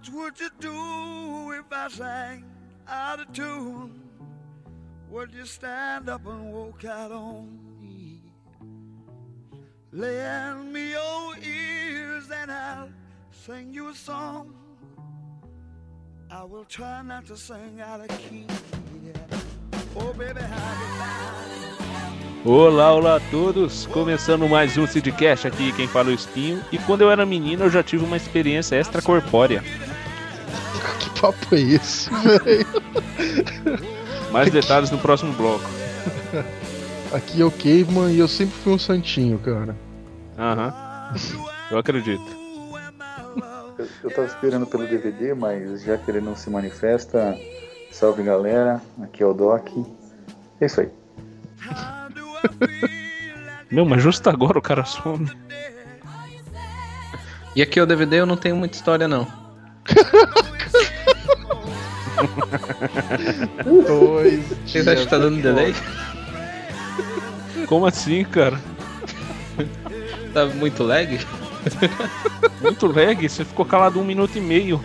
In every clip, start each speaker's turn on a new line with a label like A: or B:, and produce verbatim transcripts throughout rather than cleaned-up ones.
A: What would you do if I sang out of tune? Would you stand up and walk out on me? Lend me your ears and I'll sing you a song. I will try not to sing out of key. Oh baby, how you
B: Olá, olá a todos, começando mais um Sidcast aqui, quem fala é o Espinho. E quando eu era menino eu já tive uma experiência extracorpórea.
C: Que papo é esse, velho?
B: Mais detalhes no próximo bloco.
C: Aqui é o Caveman e eu sempre fui um santinho, cara.
B: Aham, eu acredito.
D: Eu, eu tava esperando pelo D V D, mas já que ele não se manifesta, salve galera, aqui é o Doc. É isso aí.
B: Meu, mas justo agora o cara some.
E: E aqui é o D V D, eu não tenho muita história não.
C: Dois.
E: Vocês acham que tá dando delay?
B: Como assim, cara?
E: Tá muito lag?
B: Muito lag, você ficou calado um minuto e meio.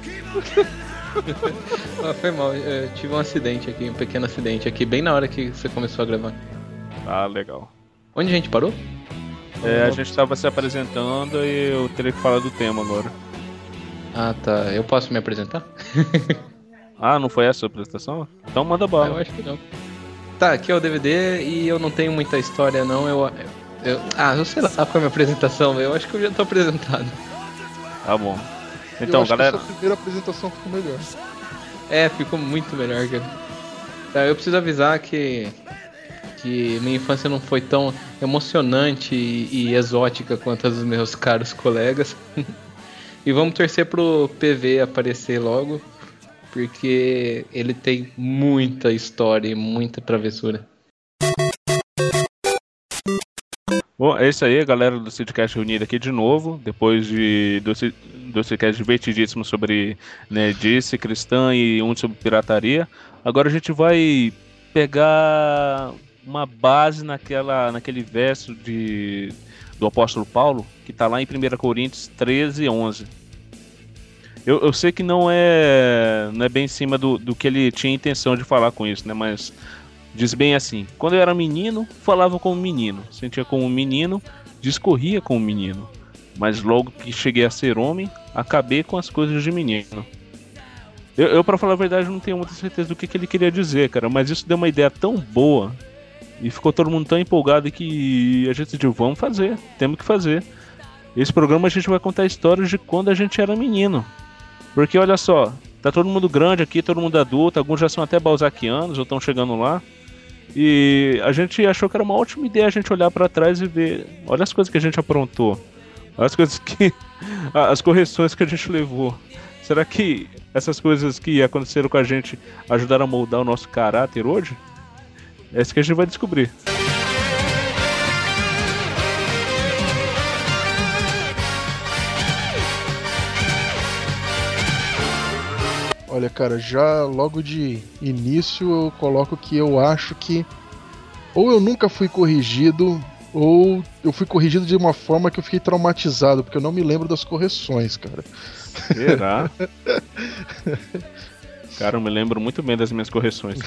E: Ah, foi mal, eu tive um acidente aqui, um pequeno acidente aqui, bem na hora que você começou a gravar.
B: Ah, legal.
E: Onde a gente parou?
B: É, a gente tava se apresentando e eu teria que falar do tema agora.
E: Ah, tá. Eu posso me apresentar?
B: Ah, não foi essa a apresentação? Então manda
E: Ah, eu
B: bala.
E: acho que não. Tá, aqui é o D V D e eu não tenho muita história não, eu... eu ah, eu sei lá qual é a minha apresentação, eu acho que eu já tô apresentado.
B: Tá bom. Então,
C: eu acho
B: galera...
C: que essa primeira apresentação ficou melhor.
E: É, ficou muito melhor, cara. Tá, eu preciso avisar que... que minha infância não foi tão emocionante e, e exótica quanto a dos meus caros colegas. E vamos torcer pro P V aparecer logo, porque ele tem muita história e muita travessura.
B: Bom, é isso aí, galera do Sidcast reunida aqui de novo, depois de, do, Ci- do Sidcast divertidíssimo sobre nerdice cristã e um sobre pirataria. Agora a gente vai pegar uma base naquela, naquele verso de, do apóstolo Paulo, que está lá em primeira Coríntios treze, onze. Eu, eu sei que não é, não é bem em cima do, do que ele tinha intenção de falar com isso, né? Mas diz bem assim: quando eu era menino, falava como menino, sentia como menino, discorria como menino. Mas logo que cheguei a ser homem, acabei com as coisas de menino. Eu, eu pra falar a verdade, não tenho muita certeza do que, que ele queria dizer, cara. Mas isso deu uma ideia tão boa e ficou todo mundo tão empolgado que a gente decidiu, vamos fazer, temos que fazer. Esse programa a gente vai contar histórias de quando a gente era menino. Porque olha só, tá todo mundo grande aqui, todo mundo adulto, alguns já são até balzaquianos ou estão chegando lá. E a gente achou que era uma ótima ideia a gente olhar pra trás e ver, olha as coisas que a gente aprontou, olha as coisas que, as correções que a gente levou. Será que essas coisas que aconteceram com a gente ajudaram a moldar o nosso caráter hoje? É isso que a gente vai descobrir.
C: Olha, cara, já logo de início eu coloco que eu acho que ou eu nunca fui corrigido, ou eu fui corrigido de uma forma que eu fiquei traumatizado, porque eu não me lembro das correções, cara.
B: Será? Cara, eu me lembro muito bem das minhas correções.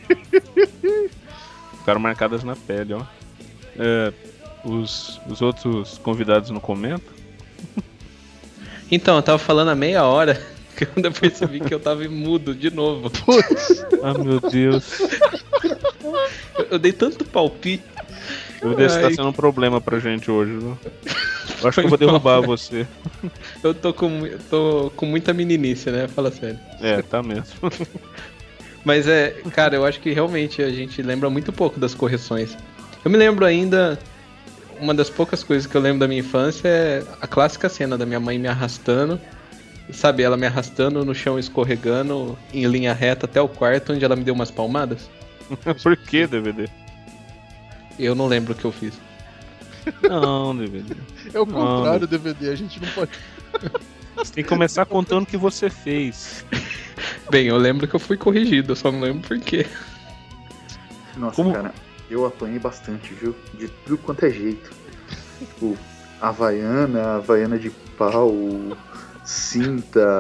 B: Ficaram marcadas na pele, ó. É, os, os outros convidados não comentam?
E: Então, eu tava falando há meia hora, quando eu percebi que eu tava mudo de novo.
C: Putz,
B: Ah, meu Deus.
E: Eu, eu dei tanto palpite.
B: Eu devo estar
E: Ai.
B: sendo um problema pra gente hoje, viu? Eu acho que eu vou derrubar você.
E: Eu tô com, eu tô com muita meninice, né? Fala sério.
B: É, tá mesmo.
E: Mas é, cara, eu acho que realmente a gente lembra muito pouco das correções. Eu me lembro ainda, uma das poucas coisas que eu lembro da minha infância é a clássica cena da minha mãe me arrastando. Sabe, ela me arrastando no chão, escorregando em linha reta até o quarto, onde ela me deu umas palmadas.
B: Por que, D V D?
E: Eu não lembro o que eu fiz.
B: Não, D V D.
C: é o
B: Não,
C: contrário, D V D, a gente não pode...
B: Você tem que começar contando o que você fez.
E: Bem, eu lembro que eu fui corrigido, eu só não lembro por quê.
D: Nossa,
B: Como-
D: cara, eu apanhei bastante, viu? De tudo quanto é jeito. Tipo, Havaiana, Havaiana de pau, cinta,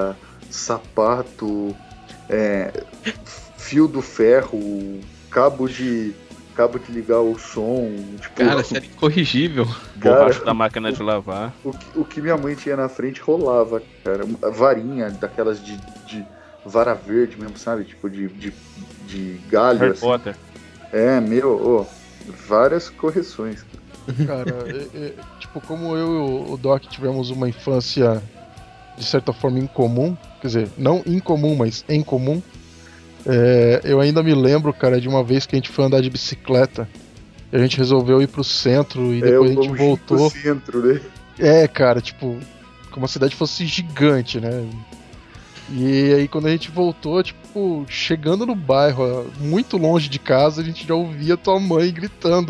D: sapato, é, fio do ferro, cabo de cabo de ligar o som. Tipo,
E: cara, isso era incorrigível.
B: Borracha da máquina de lavar.
D: O que, o que minha mãe tinha na frente rolava, cara. A varinha daquelas de, de vara verde mesmo, sabe? Tipo de, de, de galho.
B: Harry
D: assim.
B: Potter.
D: É, meu, oh, várias correções.
C: Cara, é, é, tipo, como eu e o Doc tivemos uma infância de certa forma incomum, quer dizer, não incomum, mas em comum, é, eu ainda me lembro, cara, de uma vez que a gente foi andar de bicicleta e a gente resolveu ir pro centro e depois
D: é,
C: a gente voltou.
D: Centro, né?
C: É, cara, tipo, como a cidade fosse gigante, né? E aí quando a gente voltou, tipo, chegando no bairro, muito longe de casa, a gente já ouvia tua mãe gritando.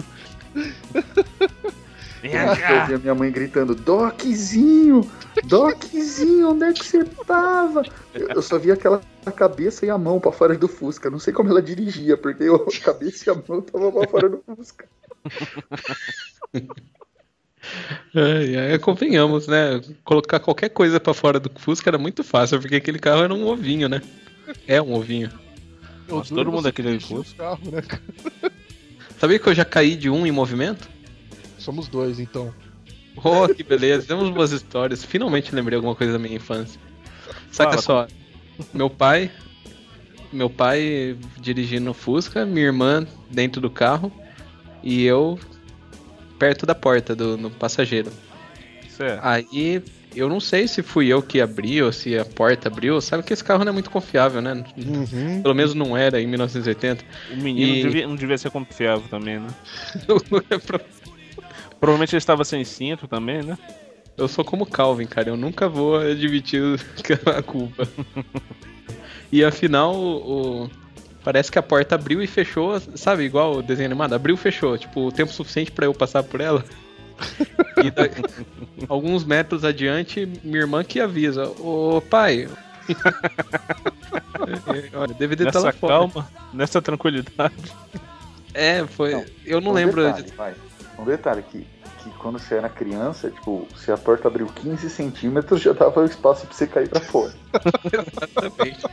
D: Eu ouvia minha mãe gritando, Doczinho, Doczinho, onde é que você tava? Eu só via aquela cabeça e a mão pra fora do Fusca. Não sei como ela dirigia, porque eu, a cabeça e a mão tava pra fora do Fusca.
E: É, é, convenhamos, né? Colocar qualquer coisa pra fora do Fusca era muito fácil, porque aquele carro era um ovinho, né? É um ovinho.
B: Nossa, todo mundo aqui tem Fusca.
C: Carro, né, cara?
E: Sabia que eu já caí de um em movimento?
C: Somos dois, então.
E: Oh, que beleza. Temos boas histórias. Finalmente lembrei alguma coisa da minha infância. Saca
B: Fala,
E: só. Meu pai... Meu pai dirigindo o Fusca, minha irmã dentro do carro e eu perto da porta do no passageiro.
B: Certo.
E: Aí eu não sei se fui eu que abri ou se a porta abriu. Sabe que esse carro não é muito confiável, né?
C: Uhum.
E: Pelo menos não era em mil novecentos e oitenta.
B: O menino
E: E-
B: devia- não devia ser confiável também, né? Provavelmente ele estava sem cinto também, né?
E: Eu sou como Calvin, cara. Eu nunca vou admitir a culpa. E afinal, o, o- parece que a porta abriu e fechou, sabe? Igual o desenho animado. Abriu e fechou. Tipo, o tempo suficiente pra eu passar por ela. E da- alguns metros adiante, minha irmã que avisa: Ô pai. Olha, o D V D tá
B: Nessa
E: lá fora.
B: calma, nessa tranquilidade.
E: É, foi.
D: Não,
E: eu não
D: um
E: lembro.
D: Detalhe,
E: de-
D: vai. Um detalhe que, que quando você era criança, tipo, se a porta abriu quinze centímetros, já dava espaço pra você cair pra fora.
E: Exatamente.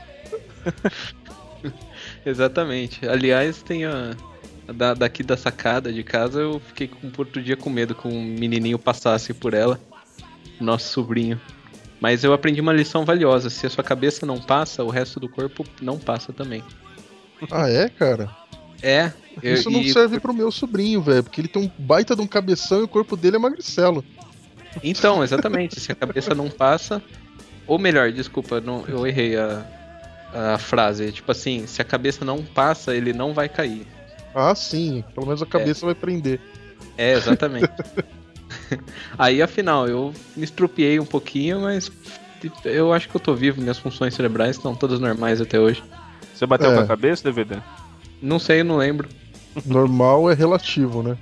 E: Exatamente. Aliás, tem a. a da- daqui da sacada de casa, eu fiquei com outro dia com medo que um menininho passasse por ela. Nosso sobrinho. Mas eu aprendi uma lição valiosa. Se a sua cabeça não passa, o resto do corpo não passa também.
C: Ah, é, cara?
E: É. eu-
C: Isso não
E: e-
C: serve pro meu sobrinho, velho, porque ele tem um baita de um cabeção e o corpo dele é magricelo.
E: Então, exatamente. Se a cabeça não passa. Ou melhor, desculpa, não, eu errei a, a frase. Tipo assim, se a cabeça não passa, ele não vai cair.
C: Ah, sim, pelo menos a cabeça vai prender.
E: É, exatamente. Aí, afinal, eu me estrupiei um pouquinho, mas eu acho que eu tô vivo, minhas funções cerebrais estão todas normais até hoje.
B: Você bateu
C: É.
B: com a cabeça, D V D?
E: Não sei, eu não lembro.
C: Normal é relativo, né?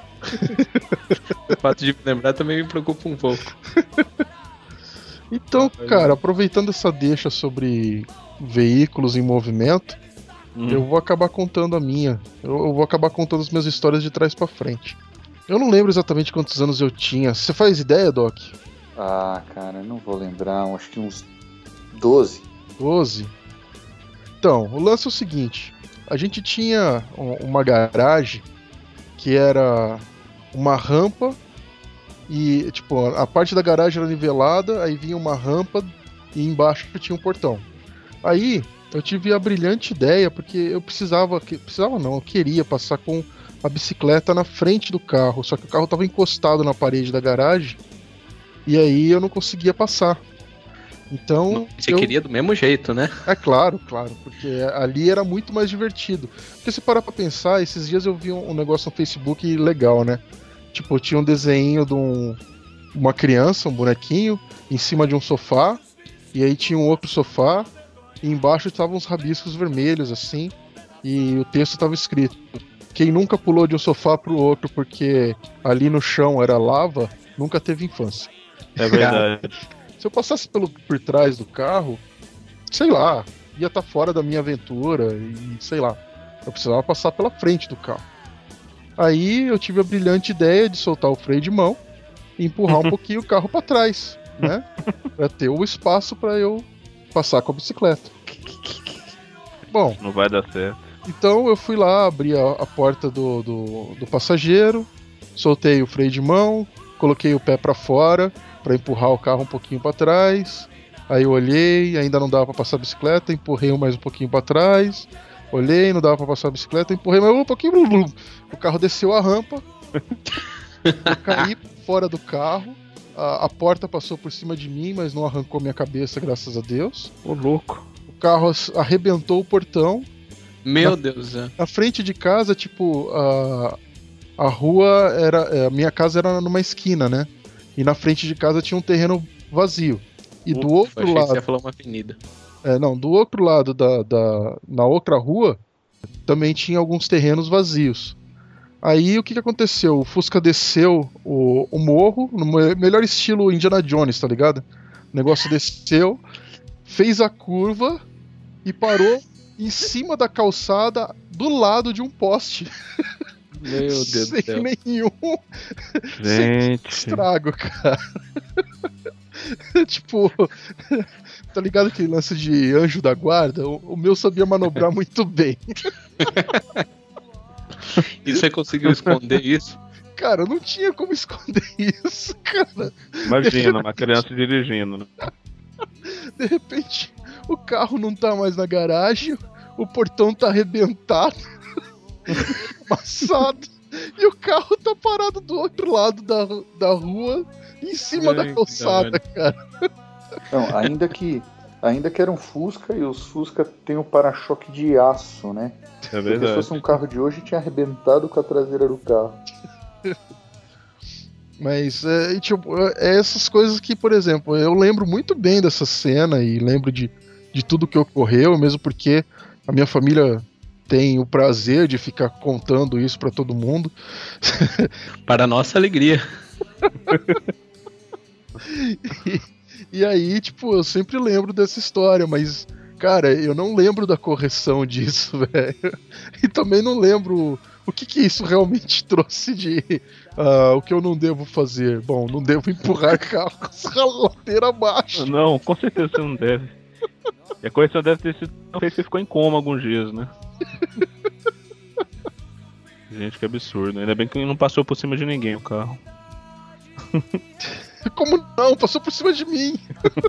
E: O fato de me lembrar também me preocupa um pouco.
C: Então, cara, aproveitando essa deixa sobre veículos em movimento,
B: Hum.
C: eu vou acabar contando a minha. Eu, eu vou acabar contando as minhas histórias de trás pra frente. Eu não lembro exatamente quantos anos eu tinha. Você faz ideia, Doc?
D: Ah, cara, não vou lembrar, acho que uns doze.
C: doze? Então, o lance é o seguinte: a gente tinha um- uma garagem que era uma rampa e, tipo, a parte da garagem era nivelada, aí vinha uma rampa e embaixo tinha um portão. Aí eu tive a brilhante ideia, porque eu precisava, que- precisava não, eu queria passar com a bicicleta na frente do carro, só que o carro estava encostado na parede da garagem e aí eu não conseguia passar. Então,
E: Você
C: eu...
E: queria do mesmo jeito, né?
C: É claro, claro, porque ali era muito mais divertido. Porque se parar pra pensar, esses dias eu vi um, um negócio no Facebook legal, né? Tipo, tinha um desenho de um, uma criança, um bonequinho, em cima de um sofá, e aí tinha um outro sofá, e embaixo estavam uns rabiscos vermelhos, assim, e o texto estava escrito: quem nunca pulou de um sofá pro outro porque ali no chão era lava, nunca teve infância.
B: É verdade.
C: Se eu passasse pelo, por trás do carro, sei lá, ia estar fora da minha aventura e sei lá, eu precisava passar pela frente do carro. Aí eu tive a brilhante ideia de soltar o freio de mão e empurrar um pouquinho o carro para trás, né? Pra ter o espaço para eu passar com a bicicleta. Bom,
B: Não vai dar certo.
C: então eu fui lá, abri a, a porta do, do, do passageiro, soltei o freio de mão, coloquei o pé pra fora pra empurrar o carro um pouquinho pra trás. Aí eu olhei, ainda não dava pra passar a bicicleta, empurrei mais um pouquinho pra trás. Olhei, não dava pra passar a bicicleta, empurrei mais um pouquinho. Blum, blum. O carro desceu a rampa. Eu caí fora do carro. A, a porta passou por cima de mim, mas não arrancou minha cabeça, graças a Deus.
B: Ô, louco.
C: O carro as- arrebentou o portão.
E: Meu
C: Na-
E: Deus, é.
C: Na frente de casa, tipo, a, a rua era. é, A minha casa era numa esquina, né? E na frente de casa tinha um terreno vazio. E do
E: Ufa,
C: outro
E: achei que
C: lado.
E: você ia falar uma avenida.
C: É, não, do outro lado da, da. Na outra rua também tinha alguns terrenos vazios. Aí o que, que aconteceu? O Fusca desceu o, o morro, no me- melhor estilo Indiana Jones, tá ligado? O negócio desceu, fez a curva e parou em cima da calçada do lado de um poste.
E: Meu Deus do
C: Sem
E: céu.
C: nenhum sem
B: Gente.
C: estrago, cara. Tipo, tá ligado aquele lance de anjo da guarda? O, o meu sabia manobrar muito bem.
E: E você conseguiu esconder isso?
C: Cara, não tinha como esconder isso, cara.
B: Imagina, uma criança dirigindo, né?
C: De repente, o carro não tá mais na garagem, o portão tá arrebentado, amassado, e o carro tá parado do outro lado da, da rua, em cima
E: Ai,
C: da calçada, cara.
D: Não, ainda que, ainda que era um Fusca e os Fusca tem o para-choque de aço, né?
B: É
D: Se
B: verdade.
D: fosse um carro de hoje, tinha arrebentado com a traseira do carro.
C: Mas é, e, tipo, é essas coisas que, por exemplo, eu lembro muito bem dessa cena e lembro de, de tudo que ocorreu, mesmo porque a minha família tem o prazer de ficar contando isso pra todo mundo.
E: Para a nossa alegria.
C: E, e aí, tipo, eu sempre lembro dessa história, mas, cara, eu não lembro da correção disso, velho. E também não lembro o que que isso realmente trouxe de ah, o que eu não devo fazer. Bom, não devo empurrar carros ladeira abaixo.
B: Não, com certeza você não deve. E a correção deve ter sido. Não sei se você ficou em coma alguns dias, né? Gente, que absurdo. Ainda bem que não passou por cima de ninguém o carro.
C: Como não? Passou por cima de mim.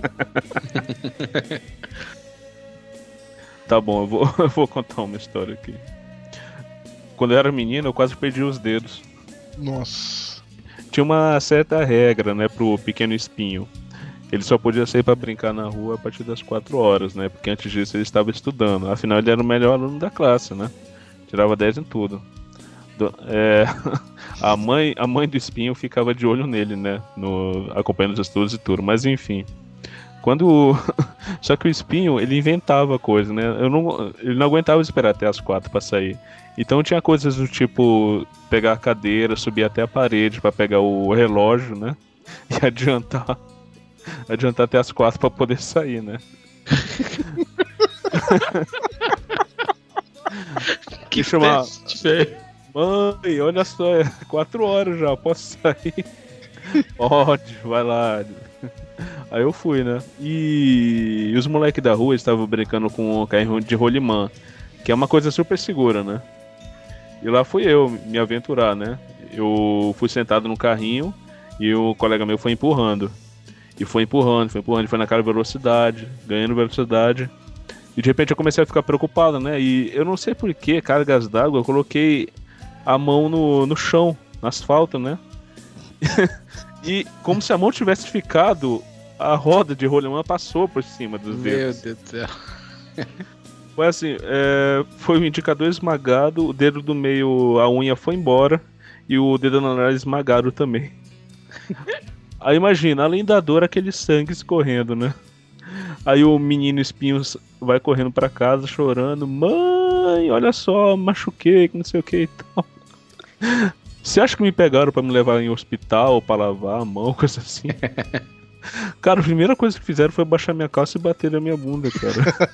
B: Tá bom, eu vou, eu vou contar uma história aqui. Quando eu era menino, eu quase perdi os dedos.
C: Nossa.
B: Tinha uma certa regra, né, pro pequeno espinho. Ele só podia sair pra brincar na rua a partir das quatro horas, né? Porque antes disso ele estava estudando. Afinal, ele era o melhor aluno da classe, né? Tirava dez em tudo. Do- é, a, mãe, a mãe do espinho ficava de olho nele, né? No, acompanhando os estudos e tudo. Mas enfim. Quando. Só que o espinho, ele inventava coisa, né? Eu não, ele não aguentava esperar até as quatro pra sair. Então tinha coisas do tipo pegar a cadeira, subir até a parede pra pegar o relógio, né? E adiantar. Adiantar até as quatro pra poder sair, né?
E: Que
B: chamar-
E: teste, velho.
B: Mãe, olha só, é quatro horas já, posso sair? Pode, vai lá. Aí eu fui, né? E os moleques da rua estavam brincando com o carrinho de rolimã, que é uma coisa super segura, né? E lá fui eu me aventurar, né? Eu fui sentado no carrinho e o colega meu foi empurrando. E foi empurrando, foi empurrando, foi naquela velocidade, ganhando velocidade. E de repente eu comecei a ficar preocupado, né? E eu não sei por que, cargas d'água, eu coloquei a mão no, no chão, no asfalto, né? E como se a mão tivesse ficado, a roda de rolimã passou por cima dos
E: Meu
B: dedos.
E: Deus do céu.
B: Foi assim, é, foi o indicador esmagado, o dedo do meio, a unha foi embora e o dedo do nariz esmagado também. Aí imagina, além da dor, aquele sangue escorrendo, né? Aí o menino espinho vai correndo pra casa chorando: mãe, olha só, machuquei, que não sei o que e tal. Você acha que me pegaram pra me levar em hospital, pra lavar a mão, coisa assim? Cara, a primeira coisa que fizeram foi baixar minha calça e bater na minha bunda, cara.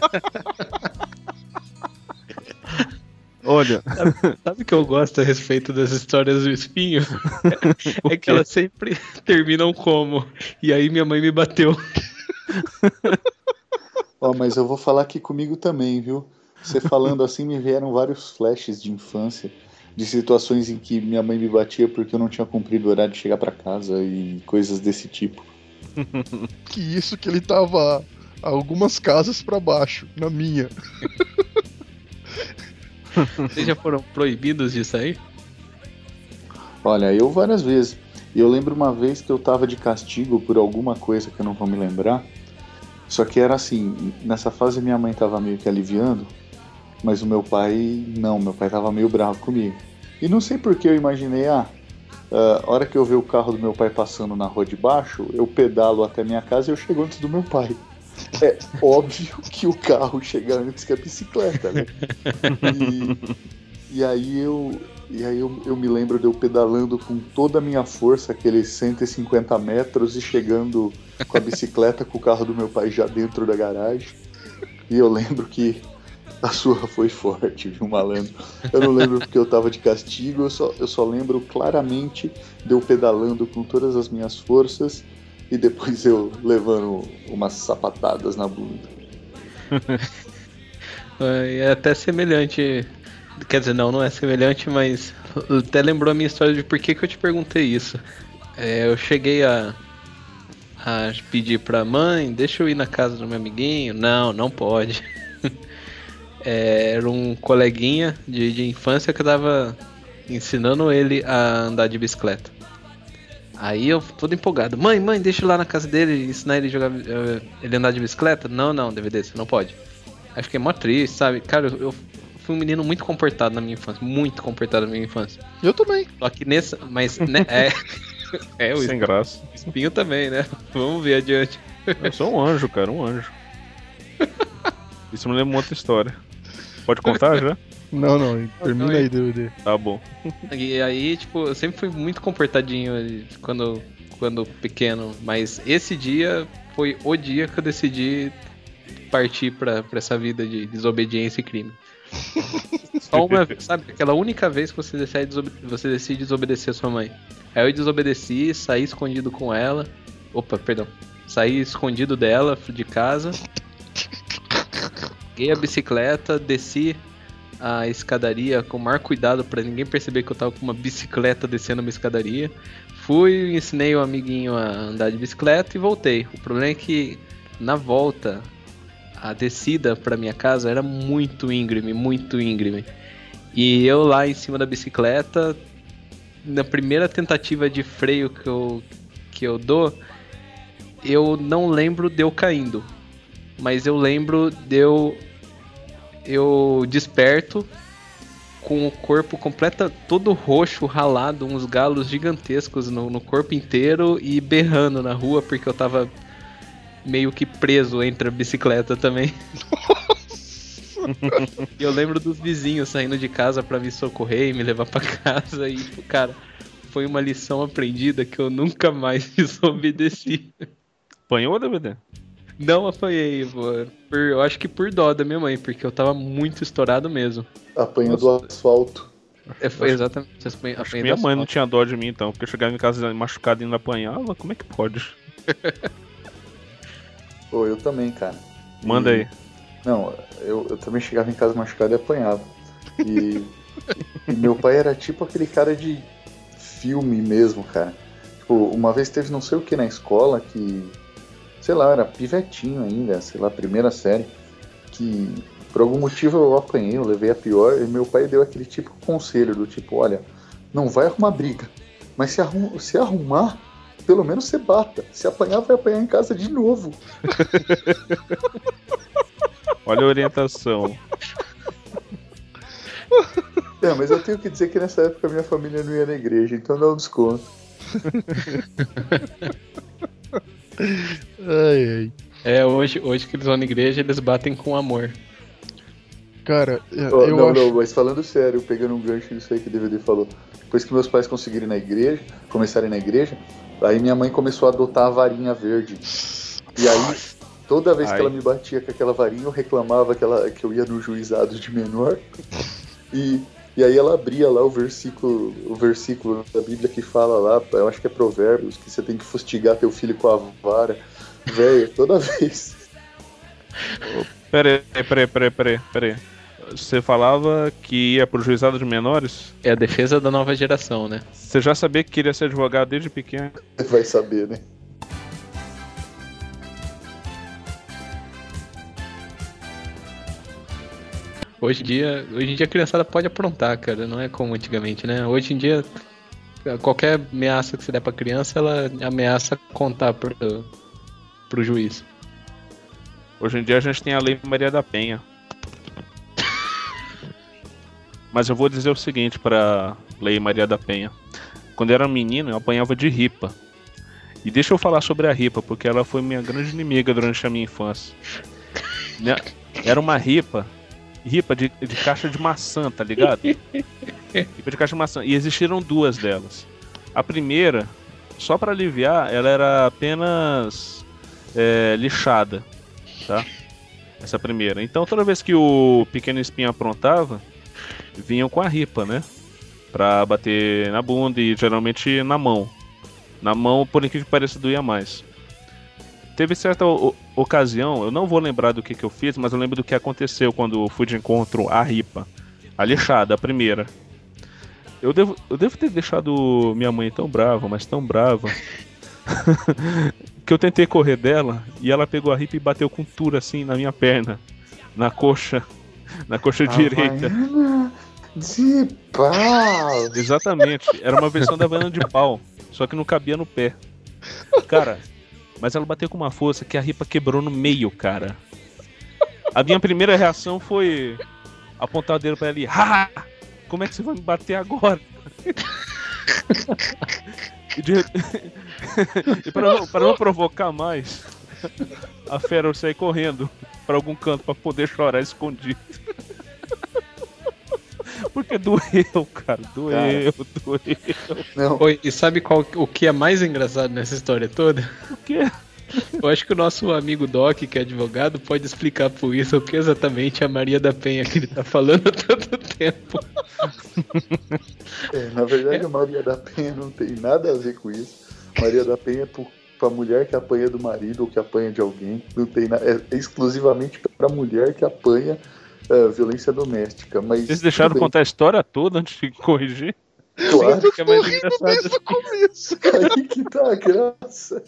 B: Olha,
E: Sabe o que eu gosto a respeito das histórias do espinho? É que elas sempre terminam como: e aí minha mãe me bateu.
D: Ó, mas eu vou falar aqui comigo também, viu? Você falando assim, me vieram vários flashes de infância, de situações em que minha mãe me batia porque eu não tinha cumprido o horário de chegar pra casa e coisas desse tipo.
C: Que isso que ele tava algumas casas pra baixo, na minha.
E: Vocês já foram proibidos de sair?
D: Olha, eu várias vezes. E eu lembro uma vez que eu tava de castigo por alguma coisa que eu não vou me lembrar. Só que era assim, nessa fase minha mãe tava meio que aliviando, mas o meu pai não, meu pai tava meio bravo comigo. E não sei por que eu imaginei, ah, a hora que eu ver o carro do meu pai passando na rua de baixo, eu pedalo até minha casa e eu chego antes do meu pai. É óbvio que o carro chega antes que a bicicleta, né? E, e aí, eu, e aí eu, eu me lembro de eu pedalando com toda a minha força, aqueles cento e cinquenta metros, e chegando com a bicicleta com o carro do meu pai já dentro da garagem. E eu lembro que a surra foi forte, viu, malandro? Eu não lembro porque eu tava de castigo, eu só, eu só lembro claramente de eu pedalando com todas as minhas forças e depois eu levando umas sapatadas na bunda.
E: É até semelhante. Quer dizer, não, não é semelhante, mas até lembrou a minha história de por que, que eu te perguntei isso. É, eu cheguei a, a pedir pra mãe, deixa eu ir na casa do meu amiguinho. Não, não pode. É, era um coleguinha de, de infância que eu tava ensinando ele a andar de bicicleta. Aí eu todo empolgado, mãe, mãe, deixa eu ir lá na casa dele ensinar ele a jogar, uh, ele andar de bicicleta. Não, não, D V D, você não pode. Aí fiquei mó triste, sabe? Cara, eu, eu fui um menino muito comportado na minha infância, muito comportado na minha infância.
C: Eu também.
E: Só que nessa, mas né, é, é o
B: Sem
E: espinho,
B: graça.
E: espinho também, né? Vamos ver adiante.
B: Eu sou um anjo, cara, um anjo. Isso me lembra uma outra história. Pode contar já?
C: Não, não, termina aí, D V D.
B: Tá bom.
E: E aí, tipo, eu sempre fui muito comportadinho quando, quando pequeno, mas esse dia foi o dia que eu decidi partir pra, pra essa vida de desobediência e crime. Só uma, sabe, aquela única vez que você decide, desobe- você decide desobedecer a sua mãe. Aí eu desobedeci, saí escondido com ela. Opa, perdão. Saí escondido dela, de casa. Peguei a bicicleta, desci a escadaria com o maior cuidado pra ninguém perceber que eu tava com uma bicicleta descendo uma escadaria. Fui, ensinei o amiguinho a andar de bicicleta e voltei. O problema é que na volta, a descida pra minha casa era muito íngreme, muito íngreme. E eu lá em cima da bicicleta, na primeira tentativa de freio que eu, que eu dou, eu não lembro de eu caindo. Mas eu lembro de eu, eu desperto com o corpo completo, todo roxo, ralado, uns galos gigantescos no, no corpo inteiro e berrando na rua porque eu tava meio que preso entre a bicicleta também. E eu lembro dos vizinhos saindo de casa pra me socorrer e me levar pra casa e, cara, foi uma lição aprendida que eu nunca mais desobedeci.
B: Apanhou, D V D?
E: Não apanhei, pô. Por, eu acho que por dó da minha mãe, porque eu tava muito estourado mesmo.
D: Apanha do asfalto.
E: É, foi exatamente. Apanhei,
B: Acho que
E: apanhei
B: minha
E: do
B: mãe não
E: asfalto.
B: tinha dó de mim então, porque eu chegava em casa machucado e não apanhava, como é que pode?
D: Pô, eu também, cara.
B: Manda
D: E-
B: aí.
D: Não, eu, eu também chegava em casa machucado e apanhava. E, e meu pai era tipo aquele cara de filme mesmo, cara. Tipo, uma vez teve não sei o que na escola que, sei lá, era pivetinho ainda, sei lá, primeira série, que por algum motivo eu apanhei, eu levei a pior, e meu pai deu aquele tipo de conselho do tipo, olha, não vai arrumar briga, mas se, arrum, se arrumar, pelo menos você bata. Se apanhar, vai apanhar em casa de novo.
B: Olha a orientação.
D: É, mas eu tenho que dizer que nessa época minha família não ia na igreja, então dá um desconto.
C: Ai, ai.
E: É, hoje, hoje que eles vão na igreja, eles batem com amor.
C: Cara, é,
D: Oh,
C: eu
D: não,
C: acho.
D: não, mas falando sério, pegando um gancho nisso aí que o D V D falou. Depois que meus pais conseguirem ir na igreja, começarem na igreja, aí minha mãe começou a adotar a varinha verde. E aí, toda vez
B: Ai.
D: que ela me batia com aquela varinha, eu reclamava que, ela, que eu ia no juizado de menor. E, e aí ela abria lá o versículo, o versículo da Bíblia que fala lá, eu acho que é Provérbios, que você tem que fustigar teu filho com a vara. Velho, toda vez.
B: Peraí, peraí, peraí, peraí, peraí. Você falava que ia pro juizado de menores?
E: É a defesa da nova geração, né?
B: Você já sabia que queria ser advogado desde pequeno?
D: Vai saber, né?
E: Hoje em dia, hoje em dia a criançada pode aprontar, cara. Não é como antigamente, né? Hoje em dia, qualquer ameaça que você der pra criança, ela ameaça contar pro, pro juiz.
B: Hoje em dia a gente tem a Lei Maria da Penha. Mas eu vou dizer o seguinte pra Lei Maria da Penha. Quando eu era menino, eu apanhava de ripa. E deixa eu falar sobre a ripa, porque ela foi minha grande inimiga durante a minha infância. Era uma ripa, ripa de, de caixa de maçã, tá ligado? Ripa de caixa de maçã. E existiram duas delas. A primeira, só pra aliviar, ela era apenas é, lixada, tá? Essa primeira. Então toda vez que o Pequeno Espinho aprontava, vinham com a ripa, né? Pra bater na bunda e geralmente na mão. Na mão, por incrível que pareça, doía mais. Teve certa o- ocasião, eu não vou lembrar do que, que eu fiz, mas eu lembro do que aconteceu quando eu fui de encontro à ripa. A lixada, a primeira. Eu devo, eu devo ter deixado minha mãe tão brava, mas tão brava, que eu tentei correr dela e ela pegou a ripa e bateu com tudo assim na minha perna. Na coxa. Na coxa direita.
D: Havaiana de pau.
B: Exatamente, era uma versão da Havaiana de pau, só que não cabia no pé. Cara, mas ela bateu com uma força que a ripa quebrou no meio, cara. A minha primeira reação foi apontar o dedo pra ela e haha, como é que você vai me bater agora? E, de... e pra, não, pra não provocar mais, a fera eu saí correndo pra algum canto pra poder chorar escondido. Porque doeu, cara, doeu, cara. doeu.
D: Não.
E: Oi, e sabe qual, o que é mais engraçado nessa história toda?
B: O quê?
E: Eu acho que o nosso amigo Doc, que é advogado, pode explicar por isso o que exatamente é a Maria da Penha que ele tá falando há tanto tempo.
D: É, na verdade, a Maria da Penha não tem nada a ver com isso. Maria da Penha é pro, pra mulher que apanha do marido ou que apanha de alguém. Não tem na, é, é exclusivamente pra mulher que apanha uh, violência doméstica. Mas
B: vocês deixaram contar a história toda antes de corrigir?
D: Claro.
B: Sim, que é mais engraçado
C: Desde o começo.
D: Aí que tá a graça.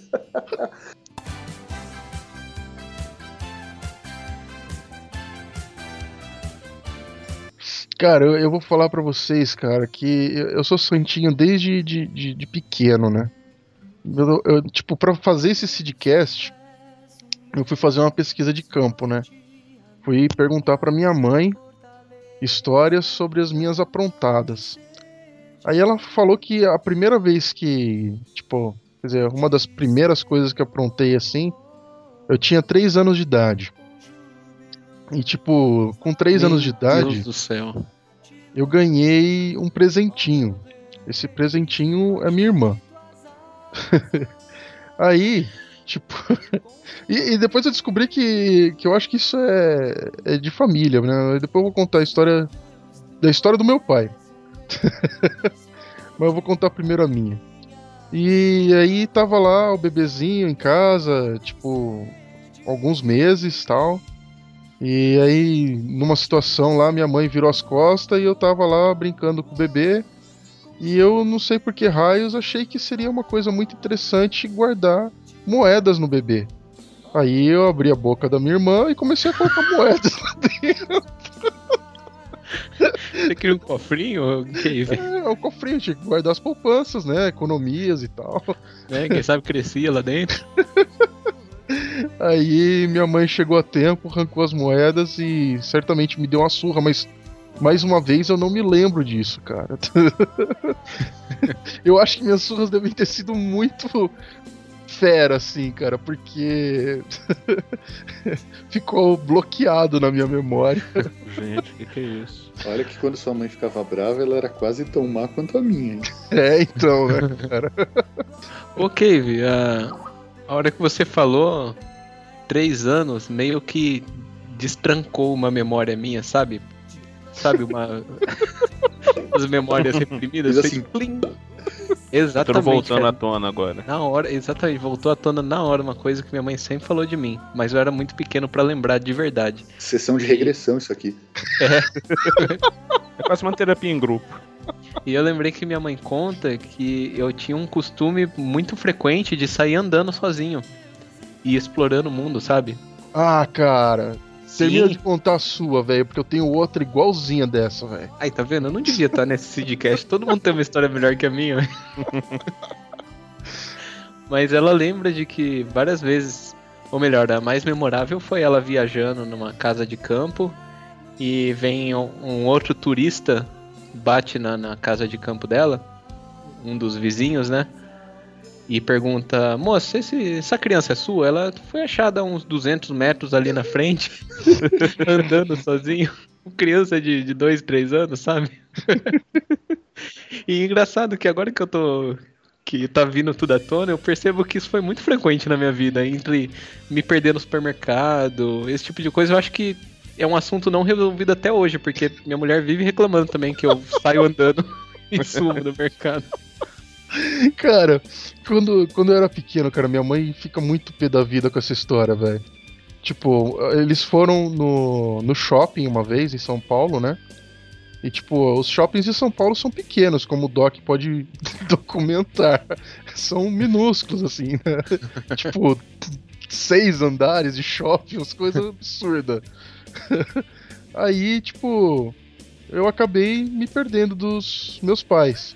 C: Cara, eu, eu vou falar pra vocês, cara, que eu, eu sou santinho desde de, de, de pequeno, né? Eu, eu, tipo, pra fazer esse Seedcast, eu fui fazer uma pesquisa de campo, né? Fui perguntar pra minha mãe histórias sobre as minhas aprontadas. Aí ela falou que a primeira vez que, tipo, quer dizer, uma das primeiras coisas que eu aprontei assim, eu tinha três anos de idade. E, tipo, com três anos de idade,
E: Meu Deus do céu.
C: eu ganhei um presentinho. Esse presentinho é minha irmã. Aí, tipo... e, e depois eu descobri que, que eu acho que isso é, é de família, né? Depois eu vou contar a história da história do meu pai. Mas eu vou contar primeiro a minha. E aí tava lá o bebezinho em casa, tipo, alguns meses e tal. E aí, numa situação lá, minha mãe virou as costas e eu tava lá brincando com o bebê. E eu não sei por que raios, achei que seria uma coisa muito interessante guardar moedas no bebê. Aí eu abri a boca da minha irmã e comecei a colocar moedas lá dentro.
E: Você queria um cofrinho? Okay,
C: é, o cofrinho, tinha que guardar as poupanças, né? Economias e tal.
E: né? Quem sabe crescia lá dentro.
C: Aí minha mãe chegou a tempo, arrancou as moedas e certamente me deu uma surra, mas mais uma vez eu não me lembro disso, cara. Eu acho que minhas surras devem ter sido muito fera, assim, cara, porque ficou bloqueado na minha memória.
B: Gente, o que, que é isso?
D: Olha que quando sua mãe ficava brava, ela era quase tão má quanto a minha, hein?
C: É, então, né, cara?
E: Ô, Cave, a, a hora que você falou três anos, meio que destrancou uma memória minha, sabe? Sabe, uma... as memórias reprimidas,
D: Mas
E: fez
D: assim,
E: plim. Exatamente.
B: Tudo voltando
E: cara.
B: à tona agora.
E: Na hora, exatamente, voltou à tona na hora, uma coisa que minha mãe sempre falou de mim, mas eu era muito pequeno pra lembrar de verdade.
D: Sessão de regressão isso aqui.
B: É quase uma terapia em grupo.
E: E eu lembrei que minha mãe conta que eu tinha um costume muito frequente de sair andando sozinho e explorando o mundo, sabe?
C: Ah, cara. Termina
E: Sim.
C: de contar a sua, velho, porque eu tenho outra igualzinha dessa, velho.
E: Aí, tá vendo? Eu não devia estar nesse Sidcast. Todo mundo tem uma história melhor que a minha. velho. Mas ela lembra de que várias vezes, ou melhor, a mais memorável foi ela viajando numa casa de campo e vem um, um outro turista, bate na, na casa de campo dela, um dos vizinhos, né? E pergunta, moça, esse, essa criança é sua? Ela foi achada a uns duzentos metros ali na frente, andando sozinho. Criança de, de dois, três anos, sabe? E engraçado que agora que eu tô... que tá vindo tudo à tona, eu percebo que isso foi muito frequente na minha vida. Entre me perder no supermercado, esse tipo de coisa, eu acho que é um assunto não resolvido até hoje, porque minha mulher vive reclamando também que eu saio andando e sumo no mercado.
C: Cara, quando, quando eu era pequeno, cara, minha mãe fica muito pé da vida com essa história, velho. Tipo, eles foram no, no shopping uma vez, em São Paulo, né? E, tipo, os shoppings de São Paulo são pequenos, como o Doc pode documentar. São minúsculos, assim, né? Tipo, seis andares de shopping, umas coisas absurdas. Aí, tipo, eu acabei me perdendo dos meus pais.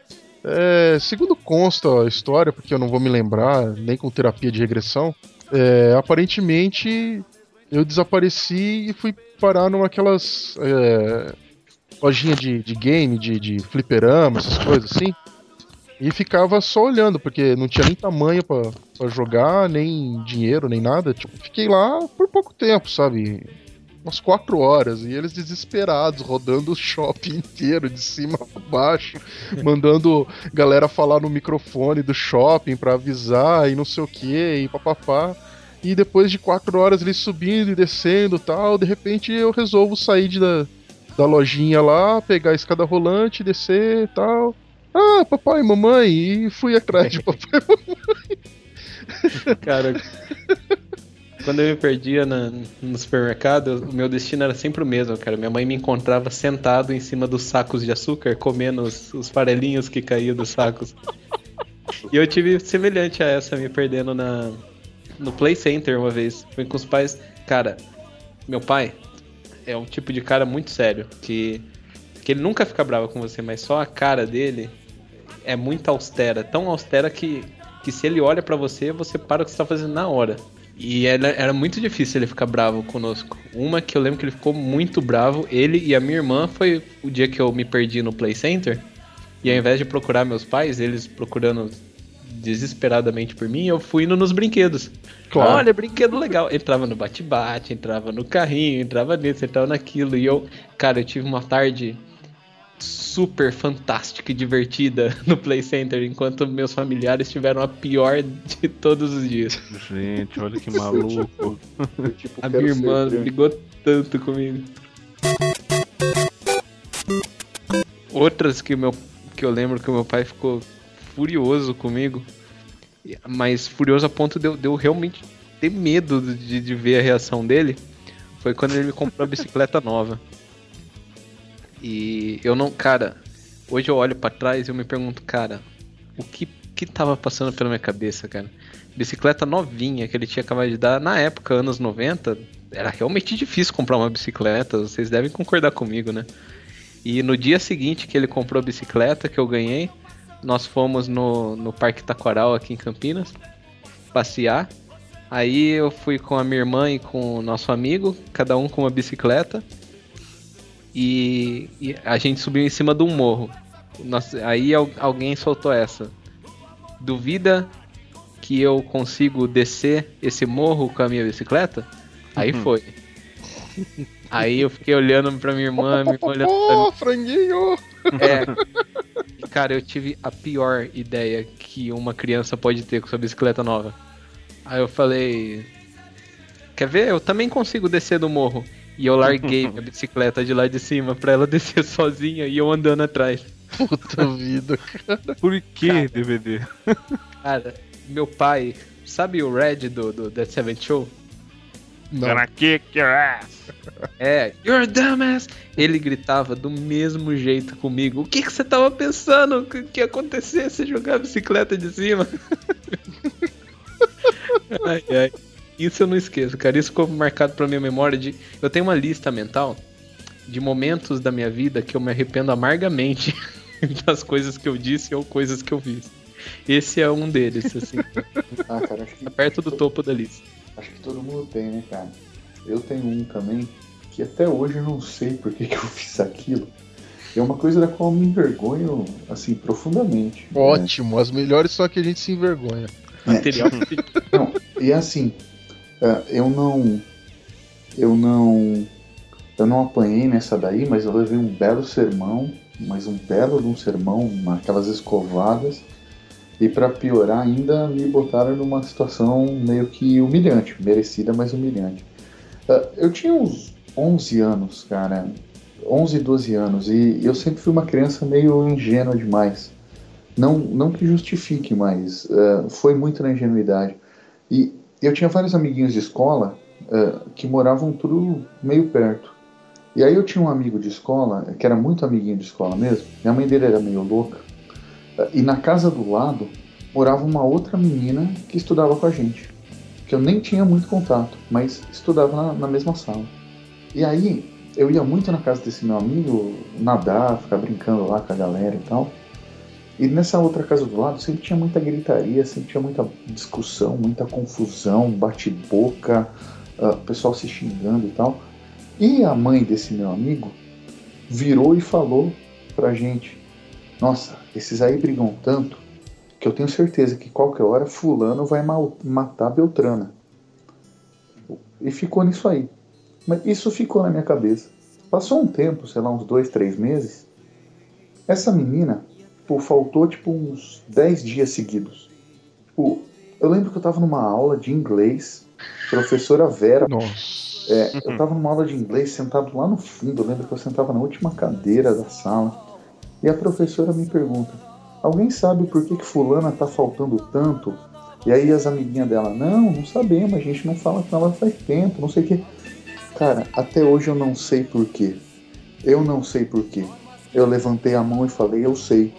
C: É, segundo consta a história, porque eu não vou me lembrar, nem com terapia de regressão, é, aparentemente eu desapareci e fui parar numa aquelas é, lojinha de, de game, de, de fliperama, essas coisas assim, e ficava só olhando, porque não tinha nem tamanho pra, pra jogar, nem dinheiro, nem nada. Tipo, fiquei lá por pouco tempo, sabe? Umas quatro horas, e eles desesperados, rodando o shopping inteiro, de cima a baixo, mandando galera falar no microfone do shopping pra avisar, e não sei o que, e papapá. E depois de quatro horas eles subindo e descendo e tal, de repente eu resolvo sair de, da, da lojinha lá, pegar a escada rolante, descer e tal. Ah, papai e mamãe, e fui atrás de papai e mamãe.
E: Cara, quando eu me perdia na, no supermercado, o meu destino era sempre o mesmo, cara. Minha mãe me encontrava sentado em cima dos sacos de açúcar, comendo os, os farelinhos que caíam dos sacos. E eu tive semelhante a essa, me perdendo na, no Play Center uma vez. Fui com os pais. Cara, meu pai é um tipo de cara muito sério, que, que ele nunca fica bravo com você, mas só a cara dele é muito austera. Tão austera que, que se ele olha pra você, você para o que você tá fazendo na hora. E era, era muito difícil ele ficar bravo conosco. Uma que eu lembro que ele ficou muito bravo, ele e a minha irmã, foi o dia que eu me perdi no Play Center. E ao invés de procurar meus pais, eles procurando desesperadamente por mim, eu fui indo nos brinquedos.
C: Claro.
E: Olha, brinquedo legal. Entrava no bate-bate, entrava no carrinho, entrava nisso, entrava naquilo. E eu, cara, eu tive uma tarde super fantástica e divertida no Play Center, enquanto meus familiares tiveram a pior de todos os dias.
B: Gente, olha que maluco.
D: Eu, tipo,
E: A
D: quero
E: minha
D: ser
E: irmã
D: grande.
E: brigou tanto comigo. Outras que, o meu, que eu lembro que o meu pai ficou furioso comigo, mas furioso a ponto de eu, de eu realmente ter medo de, de ver a reação dele, foi quando ele me comprou a bicicleta nova. E eu não, cara, hoje eu olho pra trás e eu me pergunto, cara, o que que tava passando pela minha cabeça, cara? Bicicleta novinha que ele tinha acabado de dar, na época, anos noventa, era realmente difícil comprar uma bicicleta, vocês devem concordar comigo, né? E no dia seguinte que ele comprou a bicicleta que eu ganhei, nós fomos no, no Parque Taquaral aqui em Campinas passear. Aí eu fui com a minha irmã e com o nosso amigo, cada um com uma bicicleta. E, e a gente subiu em cima de um morro. Nossa, aí al- alguém soltou essa. Duvida que eu consigo descer esse morro com a minha bicicleta? Aí foi. Aí eu fiquei olhando pra minha irmã, minha irmã olhando pra mim.
C: Oh, franguinho!
E: É. E, cara, eu tive a pior ideia que uma criança pode ter com sua bicicleta nova. Aí eu falei, quer ver? Eu também consigo descer do morro. E eu larguei minha bicicleta de lá de cima pra ela descer sozinha e eu andando atrás.
C: Puta vida, cara.
B: Por que
E: Cara.
B: D V D?
E: Cara, meu pai, sabe o Red do, do That Seventh Show?
C: Não.
B: Gonna kick your ass.
E: É, you're a dumbass. Ele gritava do mesmo jeito comigo. O que que você tava pensando que, que ia acontecer se jogar a bicicleta de cima? Ai, ai. Isso eu não esqueço, cara. Isso ficou marcado pra minha memória de... Eu tenho uma lista mental de momentos da minha vida que eu me arrependo amargamente das coisas que eu disse ou coisas que eu fiz. Esse é um deles, assim.
D: Ah, cara, acho que,
E: Tá perto do topo da lista.
D: acho que todo mundo tem, né, cara? Eu tenho um também, que até hoje eu não sei por que, que eu fiz aquilo. É uma coisa da qual eu me envergonho, assim, profundamente. né?
C: Ótimo, as melhores são a que a gente se envergonha.
E: Material.
D: Não, e assim, é, eu não. Eu não. Eu não apanhei nessa daí, mas eu levei um belo sermão, mas um belo de um sermão, aquelas escovadas. E pra piorar ainda, me botaram numa situação meio que humilhante, merecida, mas humilhante. É, eu tinha uns onze anos, cara, onze, doze anos, e eu sempre fui uma criança meio ingênua demais. Não, não que justifique, mas uh, foi muito na ingenuidade. E eu tinha vários amiguinhos de escola uh, que moravam tudo meio perto. E aí eu tinha um amigo de escola, que era muito amiguinho de escola mesmo, minha mãe dele era meio louca, uh, e na casa do lado morava uma outra menina que estudava com a gente, que eu nem tinha muito contato, mas estudava na, na mesma sala. E aí eu ia muito na casa desse meu amigo, nadar, ficar brincando lá com a galera e tal. E nessa outra casa do lado sempre tinha muita gritaria, sempre tinha muita discussão, muita confusão, bate-boca, uh, pessoal se xingando e tal. E a mãe desse meu amigo virou e falou pra gente: nossa, esses aí brigam tanto que eu tenho certeza que qualquer hora fulano vai mal- matar Beltrana. E ficou nisso aí. Mas isso ficou na minha cabeça. Passou um tempo, sei lá, uns dois, três meses. Essa menina, pô, faltou tipo uns dez dias seguidos. Tipo, eu lembro que eu tava numa aula de inglês, professora Vera.
C: Nossa.
D: É, eu tava numa aula de inglês sentado lá no fundo. Eu lembro que eu sentava na última cadeira da sala. E a professora me pergunta: alguém sabe por que, que fulana tá faltando tanto? E aí as amiguinhas dela: não, não sabemos, a gente não fala com ela faz tempo, não sei o que. Cara, até hoje eu não sei por quê. Eu não sei por quê. Eu levantei a mão e falei: eu sei.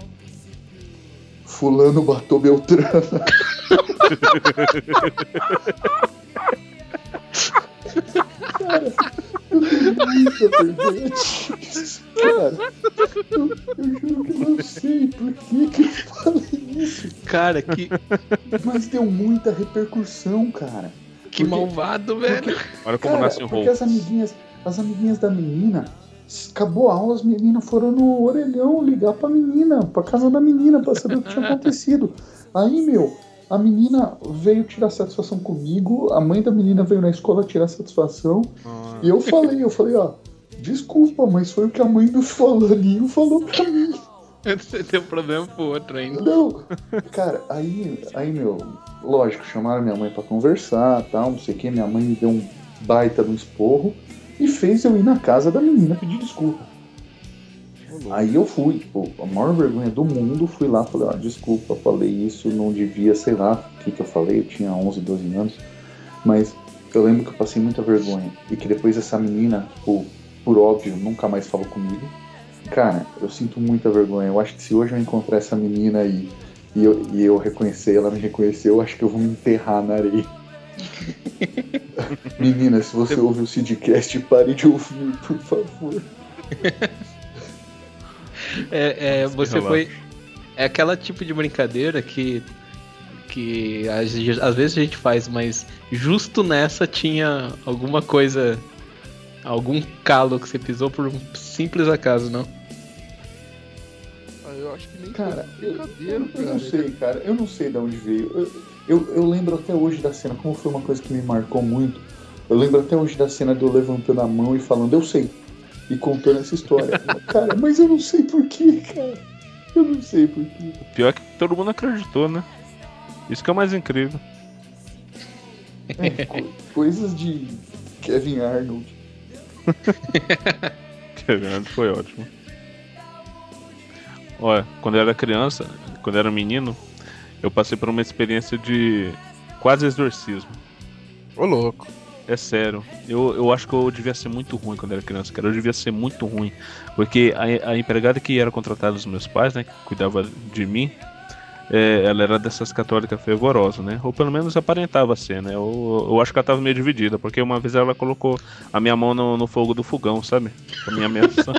D: Fulano matou Beltrana. Cara, eu tenho muita vergonha disso. Cara, eu, eu juro que eu não sei por que, que eu falei isso.
E: Cara, que,
D: Mas deu muita repercussão, cara.
E: que
D: Porque-
E: malvado, velho.
B: Olha como
D: Cara,
B: nasce um
D: porque
B: rolo.
D: as amiguinhas, as amiguinhas da menina, acabou a aula, as meninas foram no orelhão ligar pra menina, pra casa da menina, pra saber o que tinha acontecido. Aí, meu, a menina veio tirar satisfação comigo, a mãe da menina veio na escola tirar satisfação,
B: Ah,
D: e eu falei, eu falei, ó, desculpa, mas foi o que a mãe do fulaninho falou pra mim.
E: Você tem um problema pro outro ainda.
D: Não, cara, aí, aí, meu, lógico, chamaram minha mãe pra conversar, tal, não sei o que, minha mãe me deu um baita no esporro e fez eu ir na casa da menina pedir desculpa. Aí eu fui, tipo, a maior vergonha do mundo, fui lá, falei, ó, desculpa, falei isso, não devia, sei lá o que que eu falei, eu tinha onze, doze anos, mas eu lembro que eu passei muita vergonha e que depois essa menina, tipo, por óbvio, nunca mais falou comigo. Cara, eu sinto muita vergonha. Eu acho que se hoje eu encontrar essa menina e, e, eu, e eu reconhecer, ela me reconhecer, eu acho que eu vou me enterrar na areia. Menina, se você ouve o Sidcast, pare de ouvir, por favor.
E: É, é, você
B: relaxa.
E: foi. É aquela tipo de brincadeira que. Que às, às vezes a gente faz, mas justo nessa tinha alguma coisa. Algum calo que você pisou por um simples acaso, não?
C: Ah, eu acho que nem
D: Cara,
C: foi
D: eu,
C: brincadeira,
D: eu
C: cara.
D: não sei, cara. Eu não sei de onde veio. Eu, eu, eu lembro até hoje da cena, como foi uma coisa que me marcou muito. Eu lembro até hoje da cena de eu levantando a mão e falando, eu sei. E contando essa história. Cara, mas eu não sei porquê, cara. Eu não sei porquê.
B: pior que todo mundo acreditou, né? Isso que é o mais incrível.
D: É, co- coisas de Kevin Arnold.
B: Foi ótimo. Olha, quando eu era criança, quando eu era menino, eu passei por uma experiência de quase exorcismo.
C: Ô, louco.
B: É sério, eu, eu acho que eu devia ser muito ruim quando era criança, cara. Eu devia ser muito ruim. Porque a, a empregada que era contratada dos meus pais, né, que cuidava de mim, é, ela era dessas católicas fervorosas, né? Ou pelo menos aparentava ser, né? Eu, eu acho que ela tava meio dividida, porque uma vez ela colocou a minha mão no, no fogo do fogão, sabe? A minha ameaça.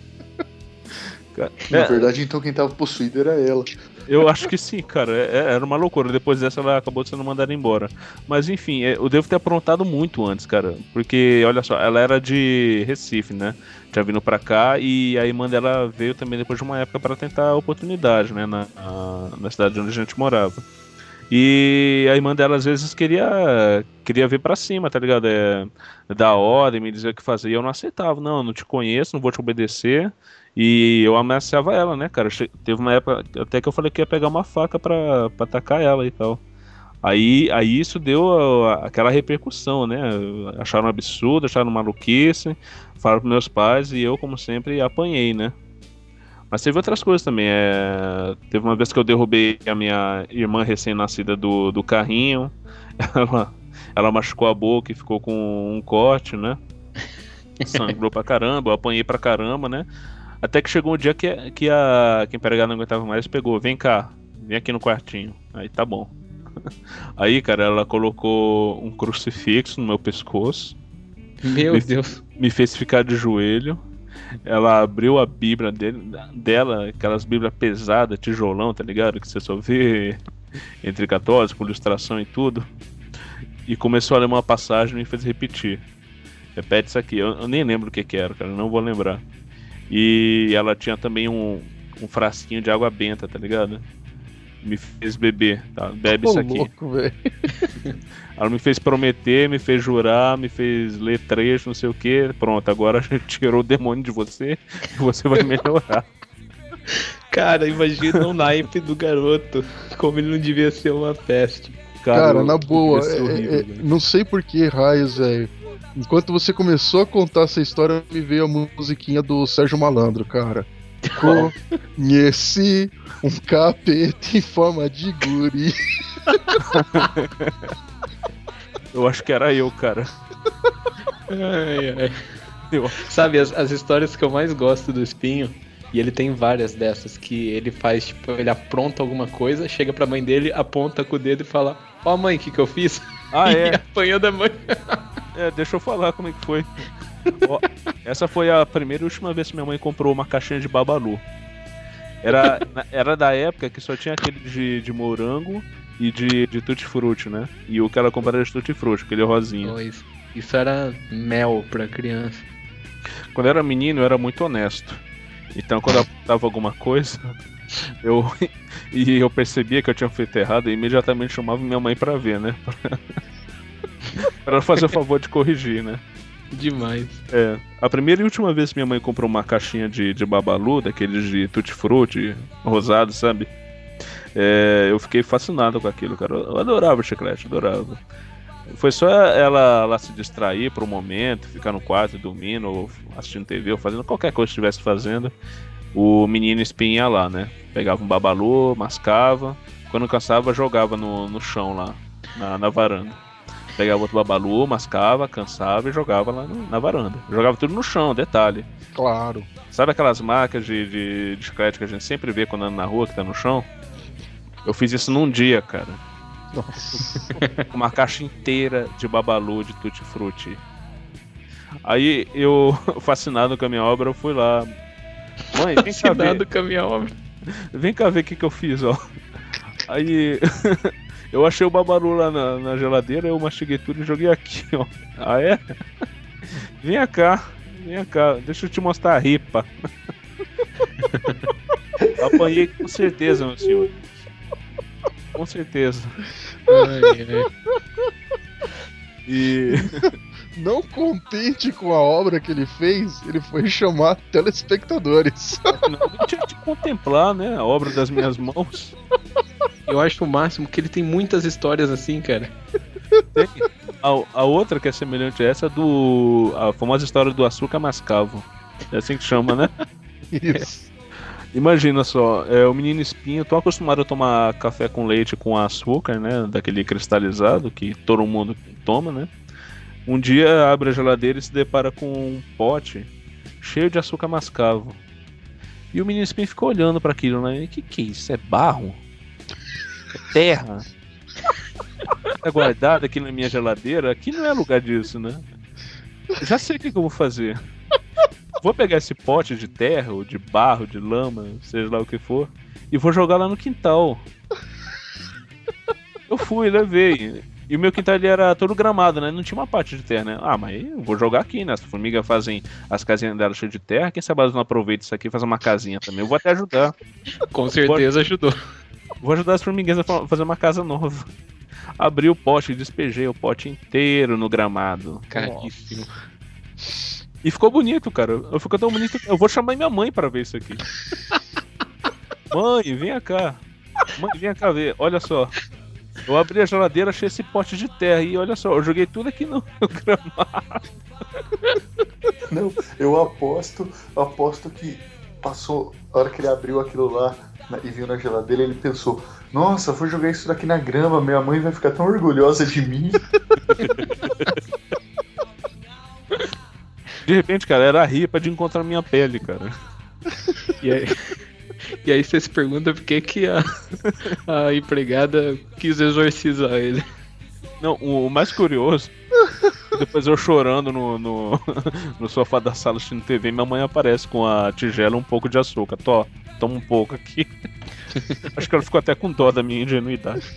D: Na
B: É,
D: verdade, então quem tava possuído era ela.
B: eu acho que sim, cara. É- é- era uma loucura. Depois dessa, ela acabou sendo mandada embora. Mas enfim, é, eu devo ter aprontado muito antes, cara. Porque, olha só, ela era de Recife, né? Tinha vindo pra cá e a irmã dela veio também depois de uma época pra tentar a oportunidade, né? Na, na, na cidade onde a gente morava. E a irmã dela às vezes queria queria vir pra cima, tá ligado? É, dar ordem, me dizer o que fazer. E eu não aceitava. Não, eu não te conheço, não vou te obedecer. E eu ameaçava ela, né, cara? Che- Teve uma época até que eu falei que ia pegar uma faca pra, pra atacar ela e tal. Aí, aí isso deu a- aquela repercussão, né? Acharam um absurdo, acharam maluquice, falaram pros meus pais e eu, como sempre, apanhei, né? Mas teve outras coisas também. É... Teve uma vez que eu derrubei a minha irmã recém-nascida do, do carrinho. Ela, ela machucou a boca e ficou com um corte, né? Sangrou pra caramba, eu apanhei pra caramba, né? Até que chegou um dia que, que a que a empregada não aguentava mais, pegou, vem cá, vem aqui no quartinho. Aí tá bom. Aí, cara, ela colocou um crucifixo no meu pescoço,
E: Meu
B: me,
E: Deus.
B: me fez ficar de joelho. Ela abriu a Bíblia dele, dela, aquelas Bíblias pesadas, tijolão, tá ligado? Que você só vê entre católicos, com ilustração e tudo. E começou a ler uma passagem e me fez repetir. Repete isso aqui. Eu, eu nem lembro o que que era, cara, não vou lembrar. E ela tinha também um, um frasquinho de água benta, tá ligado? Me fez beber, tá? Bebe
C: Ô,
B: isso aqui.
C: louco, velho.
B: Ela me fez prometer, me fez jurar, me fez ler trecho, não sei o que. Pronto, agora a gente tirou o demônio de você e você vai melhorar.
E: Cara, imagina o naipe do garoto. Como ele não devia ser uma peste.
C: Cara,
B: eu-
C: na boa,
B: devia ser
C: é-
B: horrível,
C: é-
B: velho.
C: não sei por que raios, velho. Enquanto você começou a contar essa história, me veio a musiquinha do Sérgio Malandro, cara. Conheci um capeta em forma de guri.
B: Eu acho que era eu, cara.
E: Ai, ai.
B: Eu-
E: Sabe, as, as histórias que eu mais gosto do Espinho, e ele tem várias dessas, que ele faz, tipo, ele apronta alguma coisa, chega pra mãe dele, aponta com o dedo e fala: Ó, mãe, o que que eu fiz?
B: Ah,
E: E
B: é.
E: apanhou da mãe.
B: É, deixa eu falar como é que foi. Ó, essa foi a primeira e última vez que minha mãe comprou uma caixinha de Babalu. Era, na- era da época que só tinha aquele de, de morango e de, de tutti-frutti, né? E o que ela comprava era de tutti-frutti, aquele rosinha.
E: Oh, isso, isso era mel pra criança.
B: Quando eu era menino, eu era muito honesto. Então, quando eu apontava alguma coisa, eu e eu percebia que eu tinha feito errado, eu imediatamente chamava minha mãe pra ver, né? Pra ela fazer o favor de corrigir, né?
E: Demais.
B: É, a primeira e última vez que minha mãe comprou uma caixinha de, de Babalu, daqueles de tutti-frutti, rosado, sabe? É, eu fiquei fascinado com aquilo, cara. Eu adorava o chiclete, adorava. Foi só ela, ela se distrair por um momento, ficar no quarto dormindo, ou assistindo T V, ou fazendo qualquer coisa que estivesse fazendo. O menino espinha lá, né? Pegava um Babalu, mascava, quando cansava, jogava no, no chão lá, na, na varanda. Pegava outro Babalu, mascava, cansava e jogava lá no- na varanda. Jogava tudo no chão, detalhe.
C: Claro.
B: Sabe aquelas marcas de, de, de chiclete que a gente sempre vê quando anda na rua, que tá no chão? Eu fiz isso num dia, cara.
C: Nossa.
B: Uma caixa inteira de Babalu de tutti-frutti. Aí eu, fascinado com a minha obra, eu fui lá. Mãe, vem cá ver,
E: Cuidado com a minha obra.
B: vem cá ver o que, que eu fiz, ó. Aí eu achei o Babalu lá na, na geladeira, eu mastiguei tudo e joguei aqui, ó. Ah, é? Vem cá, vem cá, deixa eu te mostrar a ripa. Apanhei com certeza, meu senhor. Com certeza.
E: Ai, ai.
B: E
C: Não contente com a obra que ele fez, ele foi chamar telespectadores.
B: eu tinha que contemplar, né, a obra das minhas mãos.
E: Eu acho o máximo que ele tem muitas histórias assim, cara.
B: Tem. A, a outra que é semelhante a essa é do. A famosa história do açúcar mascavo. É assim que chama, né?
C: Isso.
B: Imagina só, é, o menino espinho, tô acostumado a tomar café com leite com açúcar, né? Daquele cristalizado que todo mundo toma, né? Um dia abre a geladeira e se depara com um pote cheio de açúcar mascavo. E o menino espinho ficou olhando para aquilo, né? O que que é isso? É barro? É terra? Tá guardado aqui na minha geladeira? Aqui não é lugar disso, né? Já sei o que que eu vou fazer. Vou pegar esse pote de terra, ou de barro, de lama, seja lá o que for, e vou jogar lá no quintal. Eu fui, levei. E o meu quintal ele era todo gramado, né? Não tinha uma parte de terra, né? Ah, mas eu vou jogar aqui, né? As formigas fazem as casinhas delas cheias de terra. Quem sabe elas não aproveitam isso aqui e fazem uma casinha também. Eu vou até ajudar.
E: Com certeza ajudou.
B: Vou ajudar as formiguinhas a fa- fazer uma casa nova. Abri o pote e despejei o pote inteiro no gramado.
E: Caríssimo.
B: E ficou bonito, cara. Eu ficou tão bonito. Eu vou chamar minha mãe pra ver isso aqui. Mãe, vem cá. Mãe, vem cá ver. Olha só. Eu abri a geladeira, achei esse pote de terra e olha só, eu joguei tudo aqui no, no gramado.
D: Não, eu aposto, aposto que passou, a hora que ele abriu aquilo lá na- e viu na geladeira, ele pensou, nossa, vou jogar isso daqui na grama, minha mãe vai ficar tão orgulhosa de mim.
B: De repente, cara, era a ripa de encontrar minha pele, cara.
E: E aí, e aí você se pergunta por que, que a, a empregada quis exorcizar ele.
B: Não, o, o mais curioso, depois eu chorando no, no, no sofá da sala assistindo T V, minha mãe aparece com a tigela e um pouco de açúcar. Tó, toma um pouco aqui. Acho que ela ficou até com dó da minha ingenuidade.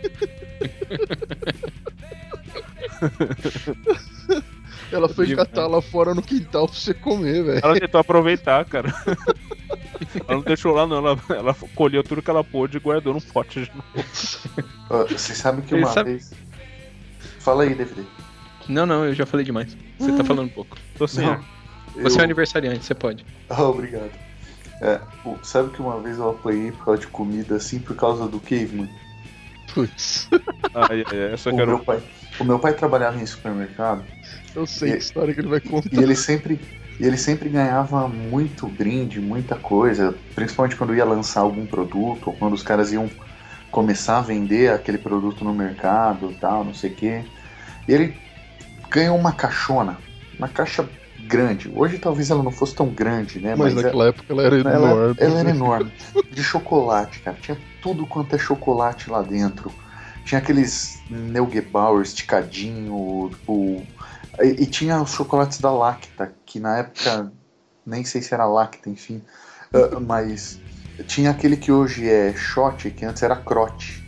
C: Ela foi
B: Demais.
C: catar lá fora no quintal pra você comer, velho.
B: Ela tentou aproveitar, cara. Ela não deixou lá, não. Ela, ela colheu tudo que ela pôde e guardou num pote de novo.
D: Ó, Vocês sabem que
E: Ele
D: uma
E: sabe-
D: vez... Fala aí, D V D.
E: Não, não, eu já falei demais. Você tá falando pouco.
B: Tô assim,
D: Não,
E: Você é
D: eu-
E: aniversariante, você pode.
D: Ah, obrigado. É, o- sabe que uma vez eu apanhei por causa de comida assim por causa do Caveman?
C: Putz,
B: ai, ai, essa
D: O
B: quero.
D: meu pai, o meu pai trabalhava em supermercado
C: eu sei
D: E-
C: que história que ele vai contar.
D: e ele sempre, e ele sempre ganhava muito brinde, muita coisa, principalmente quando ia lançar algum produto ou quando os caras iam começar a vender aquele produto no mercado, tal, não sei o quê. E ele ganhou uma caixona, uma caixa grande. Hoje talvez ela não fosse tão grande, né?
C: Mas
D: é-
C: naquela época ela era
D: Ela,
C: enorme.
D: ela era enorme. De chocolate, cara. Tinha tudo quanto é chocolate lá dentro. Tinha aqueles Neugebauer esticadinho. O... E, e tinha os chocolates da Lacta, que na época nem sei se era Lacta, enfim. Ah, mas tinha aquele que hoje é Shot, que antes era Crote.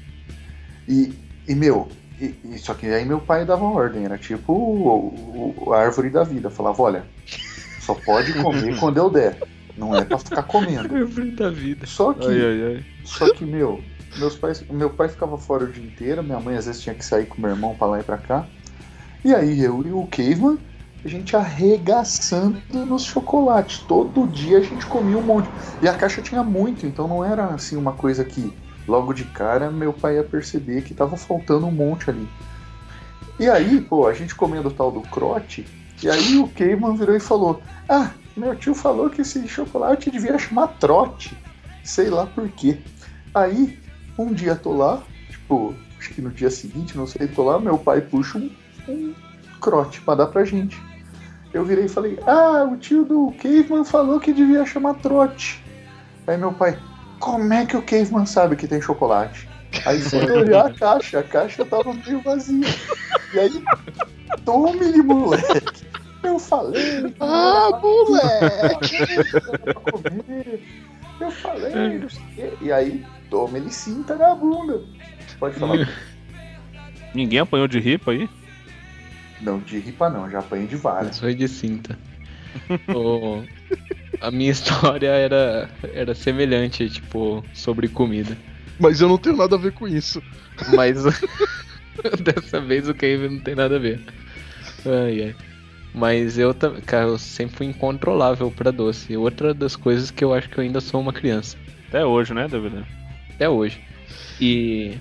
D: E, e meu, e, e só que aí meu pai dava ordem, era tipo o, o- a árvore da vida. Falava, olha, só pode comer quando eu der. Não é pra ficar comendo.
E: Árvore da vida.
D: Só que,
B: Ai, ai, ai.
D: só que meu, meus pais, meu pai ficava fora o dia inteiro, minha mãe às vezes tinha que sair com meu irmão pra lá e pra cá. E aí eu e o Caveman, a gente arregaçando nos chocolates. Todo dia a gente comia um monte. E a caixa tinha muito, então não era assim uma coisa que logo de cara meu pai ia perceber que tava faltando um monte ali. E aí, pô, a gente comendo o tal do crote, e aí o Caveman virou e falou: ah, meu tio falou que esse chocolate devia chamar trote. Sei lá por quê. Aí, um dia tô lá, tipo, acho que no dia seguinte, não sei, tô lá, meu pai puxa um, um crote pra dar pra gente. Eu virei e falei: ah, o tio do Caveman falou que devia chamar trote. Aí meu pai: como é que o Caveman sabe que tem chocolate? Aí foi olhar a caixa, a caixa tava meio vazia. E aí, tome-lhe, moleque. Eu falei,
C: Ah, moleque!
D: pra comer. Eu falei, não sei o quê. E aí, toma ele cinta na bunda. Pode falar.
B: Ninguém apanhou de ripa aí?
D: Não, de ripa não, já apanhei de vara.
E: Foi de cinta. O- A minha história era, era semelhante, tipo, sobre comida.
C: Mas eu não tenho nada a ver com isso.
E: Mas dessa vez o Cave não tem nada a ver. Ai, ai. Mas eu também, cara, eu sempre fui incontrolável pra doce. E outra das coisas que eu acho que eu ainda sou uma criança.
B: Até hoje, né, David?
E: Até hoje. E.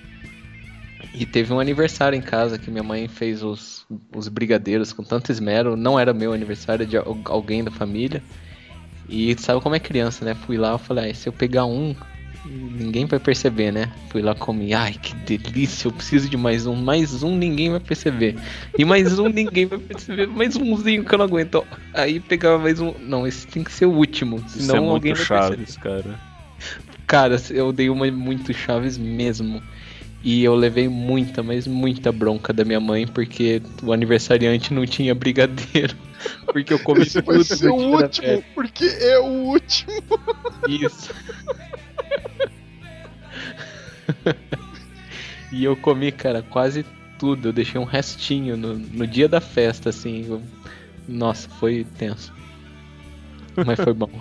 E: E teve um aniversário em casa que minha mãe fez os, os brigadeiros com tanto esmero. Não era meu aniversário, de al- alguém da família. E sabe como é criança, né? Fui lá, eu falei, ah, se eu pegar um, ninguém vai perceber, né? Fui lá, comi, ai, que delícia, eu preciso de mais um. Mais um, ninguém vai perceber. E mais um, ninguém vai perceber. Mais umzinho que eu não aguento. Aí pegava mais um. Não, esse tem que ser o último, senão
B: Isso é muito
E: alguém vai
B: Chaves,
E: perceber.
B: cara.
E: Cara, eu dei uma muito Chaves mesmo. E eu levei muita, mas muita bronca da minha mãe, porque o aniversariante não tinha brigadeiro. Porque eu comi
C: Esse
E: tudo.
C: vai ser o
E: do dia da
C: último,
E: festa.
C: porque é o último.
E: Isso. E eu comi, cara, quase tudo. Eu deixei um restinho no, no dia da festa, assim. eu- Nossa, foi tenso. Mas foi bom.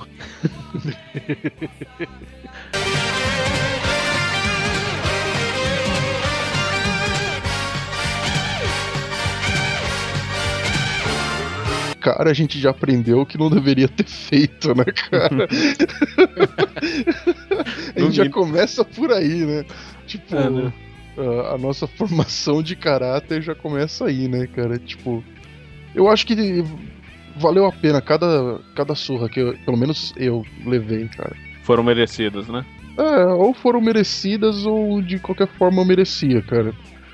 C: Cara, a gente já aprendeu que não deveria ter feito, né, cara? A gente já começa por aí, né? Tipo,
B: É, né?
C: a, a nossa formação de caráter já começa aí, né, cara? Tipo, eu acho que valeu a pena cada, cada surra que eu, pelo menos eu levei, cara.
B: Foram merecidos, né?
C: É, ou foram merecidas ou de qualquer forma eu merecia, cara.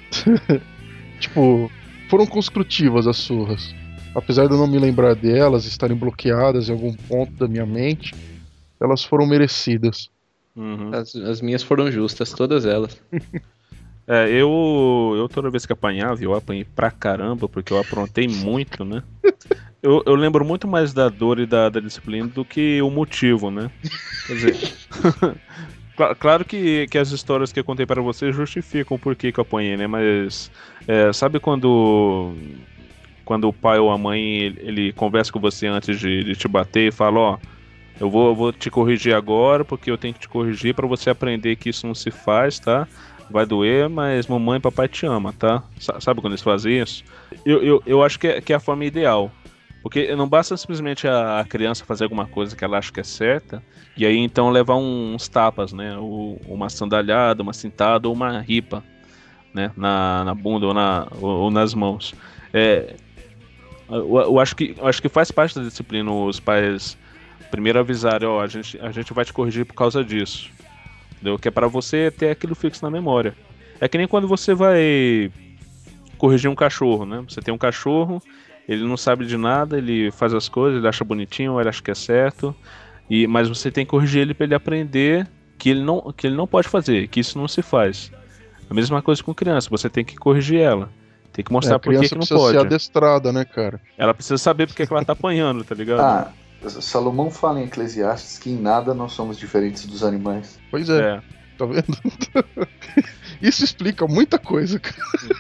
C: Tipo, foram construtivas as surras. Apesar de eu não me lembrar delas, estarem bloqueadas em algum ponto da minha mente, elas foram merecidas.
B: Uhum.
E: As, as minhas foram justas, todas elas.
B: É, eu, eu toda vez que apanhava, eu apanhei pra caramba, porque eu aprontei muito, né? Eu, eu lembro muito mais da dor e da, da disciplina do que o motivo, né? Quer dizer, cla- claro que, que as histórias que eu contei pra você justificam o porquê que eu apanhei, né? Mas é, sabe quando, quando o pai ou a mãe ele, ele conversa com você antes de, de te bater e fala, ó, eu vou, eu vou te corrigir agora porque eu tenho que te corrigir pra você aprender que isso não se faz, tá? Vai doer, mas mamãe e papai te ama, tá? Sa- Sabe quando eles fazem isso? Eu, eu, eu acho que é, que é a forma ideal. Porque não basta simplesmente a, a criança fazer alguma coisa que ela acha que é certa, e aí então levar um- uns tapas, né? Ou uma sandalhada, uma cintada ou uma ripa, né? Na, na bunda ou, na, ou, ou nas mãos. É, eu, eu acho que, eu acho que faz parte da disciplina os pais primeiro avisarem, ó, a gente, a gente vai te corrigir por causa disso. Entendeu? Que é pra você ter aquilo fixo na memória. É que nem quando você vai corrigir um cachorro, né? Você tem um cachorro, ele não sabe de nada, ele faz as coisas, ele acha bonitinho, ele acha que é certo, e, mas você tem que corrigir ele pra ele aprender que ele, não, que ele não pode fazer, que isso não se faz. A mesma coisa com criança, você tem que corrigir ela. Tem que
C: É,
B: mostrar
C: a
B: por que
C: criança
B: que não
C: precisa ser
B: pode.
C: adestrada, né, cara?
B: Ela precisa saber porque que ela tá apanhando, tá ligado?
D: Ah, Salomão fala em Eclesiastes que em nada nós somos diferentes dos animais.
C: Pois é,
B: É.
C: tá vendo? Isso explica muita coisa, cara.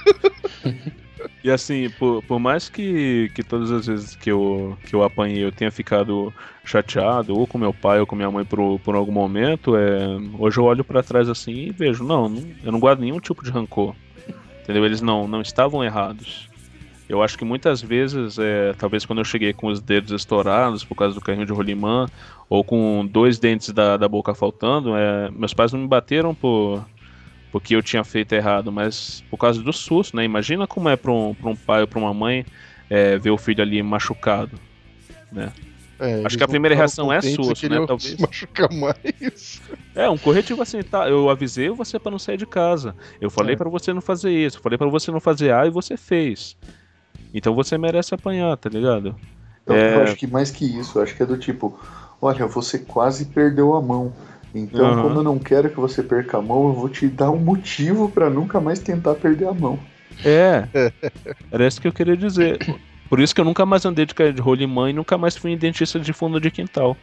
B: E assim, por, por mais que, que todas as vezes que eu, que eu apanhei eu tenha ficado chateado, ou com meu pai ou com minha mãe por, por algum momento, é, hoje eu olho pra trás assim e vejo, não, não, eu não guardo nenhum tipo de rancor. Entendeu? Eles não, não estavam errados. Eu acho que muitas vezes, é, talvez quando eu cheguei com os dedos estourados por causa do carrinho de rolimã, ou com dois dentes da, da boca faltando, é, meus pais não me bateram por porque eu tinha feito errado, mas por causa do susto, né? Imagina como é para um, pra um pai ou para uma mãe é, ver o filho ali machucado, né?
C: É, eles
B: Acho que a
C: não
B: primeira
C: ficaram
B: reação é
C: contentes e
B: susto, né?
C: queriam
B: Talvez.
C: se machucar mais.
B: É, um corretivo assim, tá? Eu avisei você para não sair de casa. Eu falei
C: É.
B: para você não fazer isso. Eu falei para você não fazer A e você fez. Então você merece apanhar, tá ligado?
D: Eu,
B: É.
D: eu acho que mais que isso, eu acho que é do tipo, olha, você quase perdeu a mão. Então,
B: Aham.
D: como eu não quero que você perca a mão, eu vou te dar um motivo pra nunca mais tentar perder a mão.
B: É. Era isso que eu queria dizer. Por isso que eu nunca mais andei de cadeira de rolimã e nunca mais fui em dentista de fundo de quintal.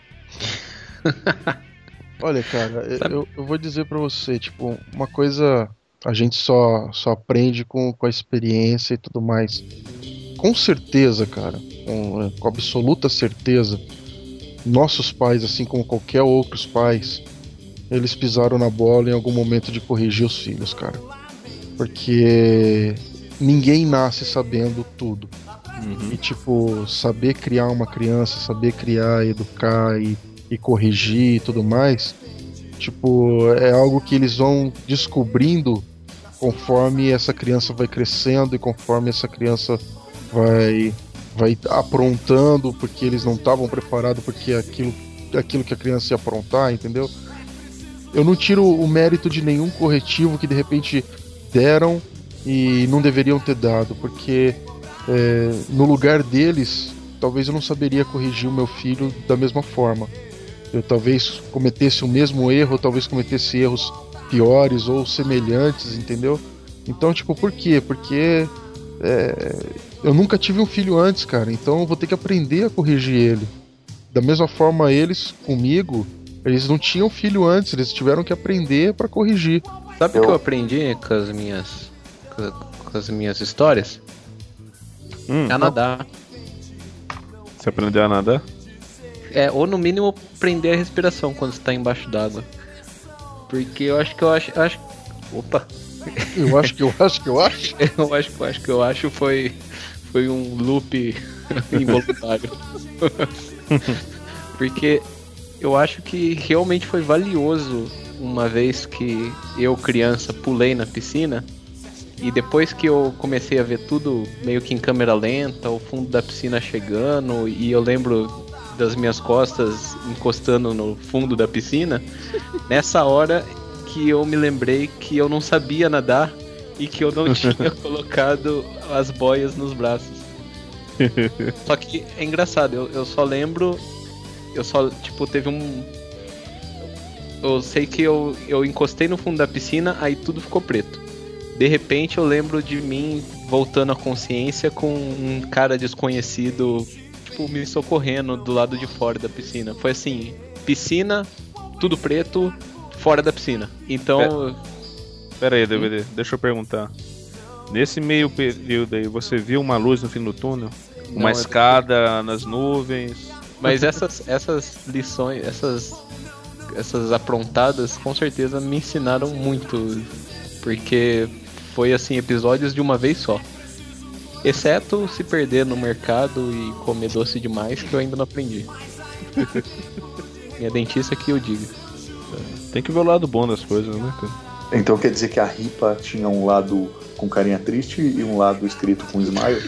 C: Olha, cara,
E: Sabe-
C: eu, eu vou dizer pra você, tipo, uma coisa a gente só, só aprende com, com a experiência e tudo mais. Com certeza, cara, com, com absoluta certeza, nossos pais, assim como qualquer outros pais, eles pisaram na bola em algum momento de corrigir os filhos, cara. Porque ninguém nasce sabendo tudo.
B: Uhum.
C: E, tipo, saber criar uma criança, saber criar, educar e, e corrigir e tudo mais, tipo, é algo que eles vão descobrindo conforme essa criança vai crescendo e conforme essa criança vai, vai aprontando, porque eles não estavam preparados, porque aquilo aquilo que a criança ia aprontar, entendeu? Eu não tiro o mérito de nenhum corretivo que de repente deram e não deveriam ter dado, porque é, no lugar deles, talvez eu não saberia corrigir o meu filho da mesma forma. Eu talvez cometesse o mesmo erro, talvez cometesse erros piores ou semelhantes, entendeu? Então, tipo, por quê? Porque é, eu nunca tive um filho antes, cara, então eu vou ter que aprender a corrigir ele. Da mesma forma, eles, comigo, eles não tinham filho antes, eles tiveram que aprender pra corrigir.
E: Sabe o
D: Eu-
E: que eu aprendi com as minhas, com com as minhas histórias?
B: Hum,
E: A nadar.
B: você aprendeu a nadar?
E: É, ou no mínimo prender a respiração quando você tá embaixo d'água. Porque eu acho que eu acho. Eu acho opa!
C: Eu acho que eu acho que eu acho.
E: Eu acho que eu acho que eu acho foi. Foi um loop involuntário. Porque eu acho que realmente foi valioso uma vez que eu, criança, pulei na piscina. E depois que eu comecei a ver tudo meio que em câmera lenta, o fundo da piscina chegando, e eu lembro das minhas costas encostando no fundo da piscina, nessa hora que eu me lembrei que eu não sabia nadar e que eu não tinha colocado as boias nos braços. Só que é engraçado, eu, eu só lembro, eu só, tipo, teve um... Eu sei que eu, eu encostei no fundo da piscina, aí tudo ficou preto. De repente eu lembro de mim voltando à consciência com um cara desconhecido, tipo, me socorrendo do lado de fora da piscina. Foi assim, piscina, tudo preto, fora da piscina. Então,
B: Pera aí, D V D, deixa eu perguntar. Nesse meio período aí, você viu uma luz no fim do túnel? Uma
E: Não,
B: escada nas nuvens?
E: mas essas, essas lições, essas, essas aprontadas, com certeza me ensinaram muito. Porque foi assim, episódios de uma vez só. Exceto se perder no mercado e comer doce demais, que eu ainda não aprendi. Minha dentista que eu digo.
B: Tem que ver o lado bom das coisas, né, cara?
D: Então quer dizer que a Ripa tinha um lado com carinha triste e um lado escrito com smile?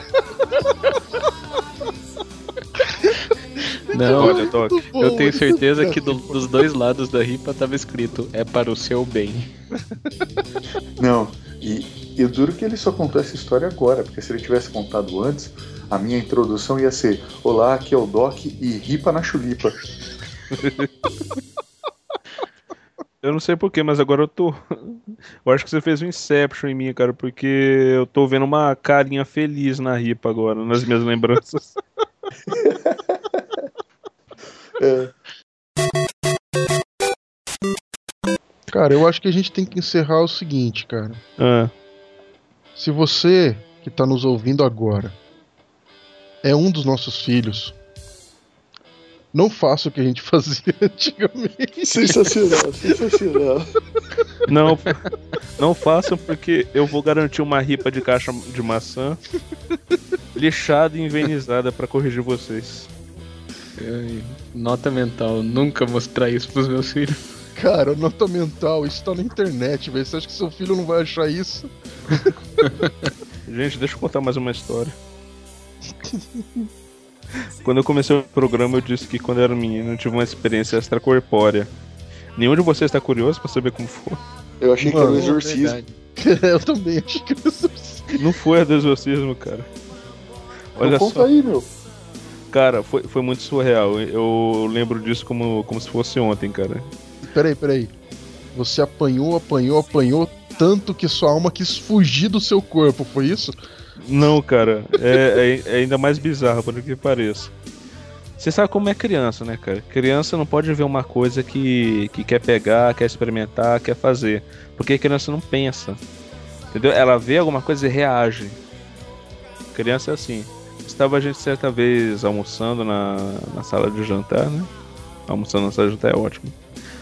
E: Não,
B: Olha, Doc,
E: eu tenho certeza que do- dos dois lados da ripa tava escrito: é para o seu bem.
D: Não, e eu duro que ele só contou essa história agora, porque se ele tivesse contado antes, a minha introdução ia ser: olá, aqui é o Doc e ripa na chulipa.
B: eu não sei porquê, mas agora eu tô. Eu acho que você fez um Inception em mim, cara, porque eu tô vendo uma carinha feliz na ripa agora, nas minhas lembranças.
D: É,
C: Cara, eu acho que a gente tem que encerrar o seguinte, cara.
B: Ah,
C: Se você que tá nos ouvindo agora é um dos nossos filhos, não faça o que a gente fazia antigamente.
D: sensacional, sensacional.
B: não, não façam porque eu vou garantir uma ripa de caixa de maçã lixada e envenenizada pra corrigir vocês.
E: Ai, nota mental, nunca mostrar isso pros meus filhos.
C: Cara, nota mental, isso tá na internet, velho. Você acha que seu filho não vai achar isso?
B: Gente, deixa eu contar mais uma história. Quando eu comecei o programa, eu disse que quando eu era menino eu tive uma experiência extracorpórea. Nenhum de vocês tá curioso pra saber como foi?
D: Eu achei que era um
C: Mano,
D: exorcismo.
C: Eu também acho que isso.
B: Não foi a do exorcismo, cara. Olha
D: Não conta
B: só.
D: aí, meu.
B: Cara, foi, foi muito surreal. Eu lembro disso como, como se fosse ontem, cara.
C: Peraí, peraí. Você apanhou, apanhou, apanhou tanto que sua alma quis fugir do seu corpo, foi isso?
B: Não, cara, é, é- é ainda mais bizarro, por que pareça. Você sabe como é criança, né, cara? Criança não pode ver uma coisa que, que quer pegar, quer experimentar, quer fazer. Porque criança não pensa. Entendeu? Ela vê alguma coisa e reage. Criança é assim. Estava a gente certa vez almoçando na, na sala de jantar, né? Almoçando na sala de jantar é ótimo.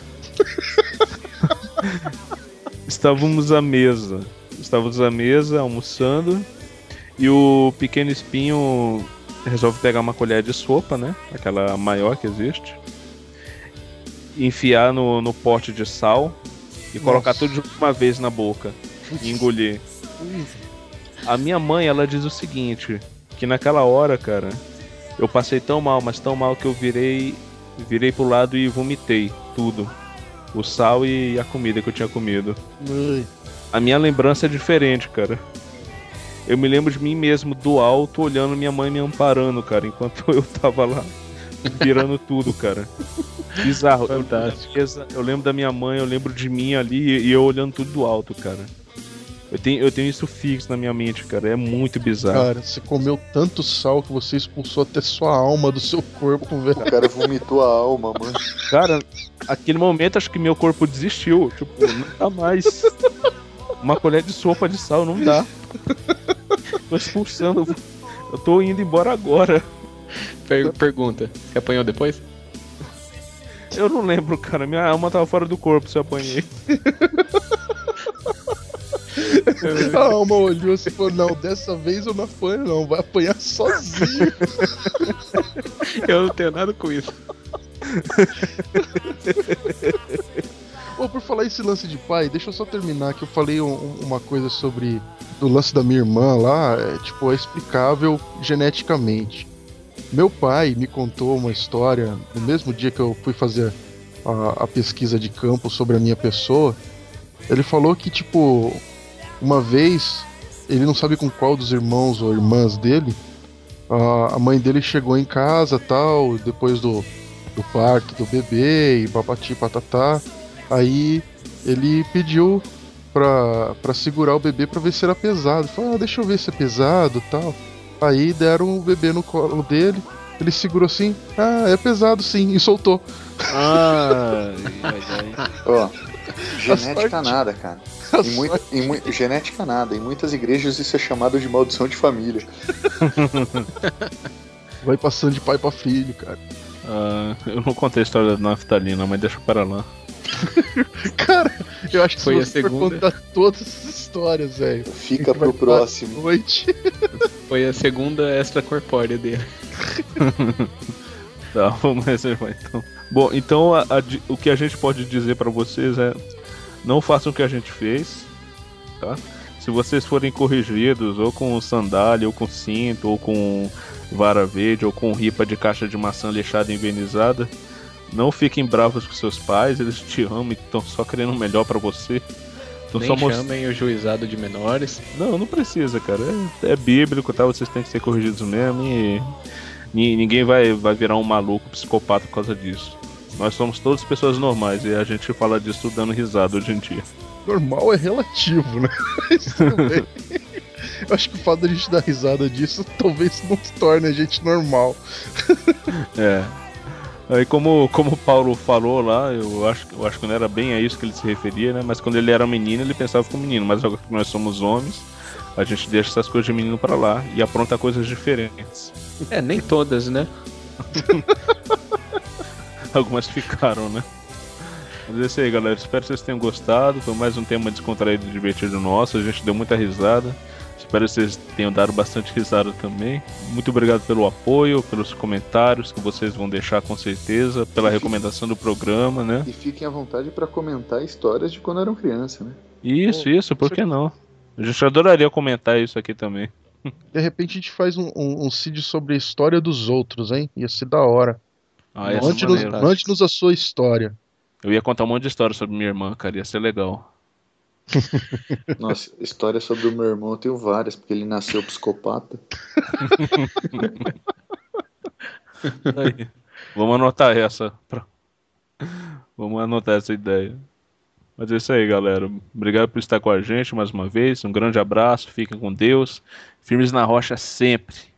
B: Estávamos à mesa. Estávamos à mesa almoçando. E o pequeno espinho resolve pegar uma colher de sopa, né? Aquela maior que existe. Enfiar no, no pote de sal. E colocar
C: Nossa.
B: tudo de uma vez na boca. E engolir. A minha mãe, ela diz o seguinte: que naquela hora, cara, eu passei tão mal, mas tão mal que eu virei virei pro lado e vomitei tudo. O sal e a comida que eu tinha comido.
C: Ai.
B: A minha lembrança é diferente, cara. Eu me lembro de mim mesmo do alto, olhando minha mãe me amparando, cara, enquanto eu tava lá, virando tudo, cara. Bizarro.
E: Fantástico.
B: Eu, eu lembro da minha mãe, eu lembro de mim ali e eu olhando tudo do alto, cara. Eu tenho, eu tenho isso fixo na minha mente, cara. É muito bizarro.
C: Cara, você comeu tanto sal que você expulsou até sua alma do seu corpo, velho.
D: O cara vomitou a alma, mano.
B: Cara, aquele momento acho que meu corpo desistiu. Tipo, não dá mais. Uma colher de sopa de sal não dá. Tô expulsando. Eu tô indo embora agora.
E: Per- pergunta, você apanhou depois?
B: Eu não lembro, cara. Minha alma tava fora do corpo se eu apanhei.
C: A alma olhou assim e falou: não, dessa vez eu não apanho, não. Vai apanhar sozinho.
E: Eu não tenho nada com isso.
C: Pô, por falar esse lance de pai, deixa eu só terminar que eu falei um- uma coisa sobre o lance da minha irmã lá, é, tipo, é explicável geneticamente. Meu pai me contou uma história no mesmo dia que eu fui fazer a, a pesquisa de campo sobre a minha pessoa. Ele falou que, tipo, uma vez, ele não sabe com qual dos irmãos ou irmãs dele, a, a mãe dele chegou em casa, tal, depois do, do parto do bebê e papati patatá. Aí ele pediu pra, pra segurar o bebê pra ver se era pesado. Falou, ah, deixa eu ver se é pesado, tal. Aí deram o bebê no colo dele, ele segurou assim, ah, é pesado sim, e soltou.
B: Ai, ai, ai.
D: Ó, genética
C: sorte-
D: nada, cara.
C: A
D: Em muita, em mui- genética nada. Em muitas igrejas isso é chamado de maldição de família.
C: Vai passando de pai pra filho, cara.
B: Ah, eu não contei a história da naftalina, mas deixa para lá.
C: Cara, eu acho que
E: Foi
C: se
E: a
C: você for
E: segunda.
C: contar todas essas histórias, velho.
D: Fica
C: a gente vai
D: pro
C: falar
D: próximo.
C: Noite.
E: Foi a segunda extracorpórea dele.
B: Tá, vamos reservar então. Bom, então a- a di- o que a gente pode dizer pra vocês é: não façam o que a gente fez, tá? Se vocês forem corrigidos ou com sandália, ou com cinto, ou com vara verde, ou com ripa de caixa de maçã lixada e envenenizada, não fiquem bravos com seus pais, eles te amam e estão só querendo o melhor pra você. Tão
E: Nem
B: só most-
E: chamem o juizado de menores.
B: Não, não precisa, cara. É, é bíblico, tá? Vocês têm que ser corrigidos mesmo e ni- ninguém vai, vai virar um maluco psicopata por causa disso. Nós somos todas pessoas normais e a gente fala disso tudo dando risada hoje em dia.
C: Normal é relativo, né? Mas tudo bem. Eu acho que o fato da gente dar risada disso talvez não torne a gente normal.
B: É. Aí como, como o Paulo falou lá, eu acho, eu acho que não era bem a isso que ele se referia, né? Mas quando ele era menino, ele pensava como menino. Mas agora que nós somos homens, a gente deixa essas coisas de menino pra lá e apronta coisas diferentes.
E: É, nem todas, né?
B: Algumas ficaram, né? Mas é isso aí, galera. Espero que vocês tenham gostado. Foi mais um tema descontraído e divertido nosso. A gente deu muita risada. Espero que vocês tenham dado bastante risada também. Muito obrigado pelo apoio, pelos comentários que vocês vão deixar com certeza, pela recomendação do programa, né?
D: E fiquem à vontade pra comentar histórias de quando eram criança, né?
B: Isso, isso, por que não? A gente adoraria comentar isso aqui também.
C: De repente a gente faz um, um, um cid sobre a história dos outros, hein? Ia ser da hora.
B: Ah, ia ser
C: Mande-nos
B: maneiro.
C: mande-nos a sua história.
B: Eu ia contar um monte de história sobre minha irmã, cara. Ia ser legal.
D: Nossa, história sobre o meu irmão eu tenho várias, porque ele nasceu psicopata.
B: Aí. Vamos anotar essa. pra- Vamos anotar essa ideia. Mas é isso aí, galera. Obrigado por estar com a gente mais uma vez. Um grande abraço. Fiquem com Deus. Firmes na rocha sempre.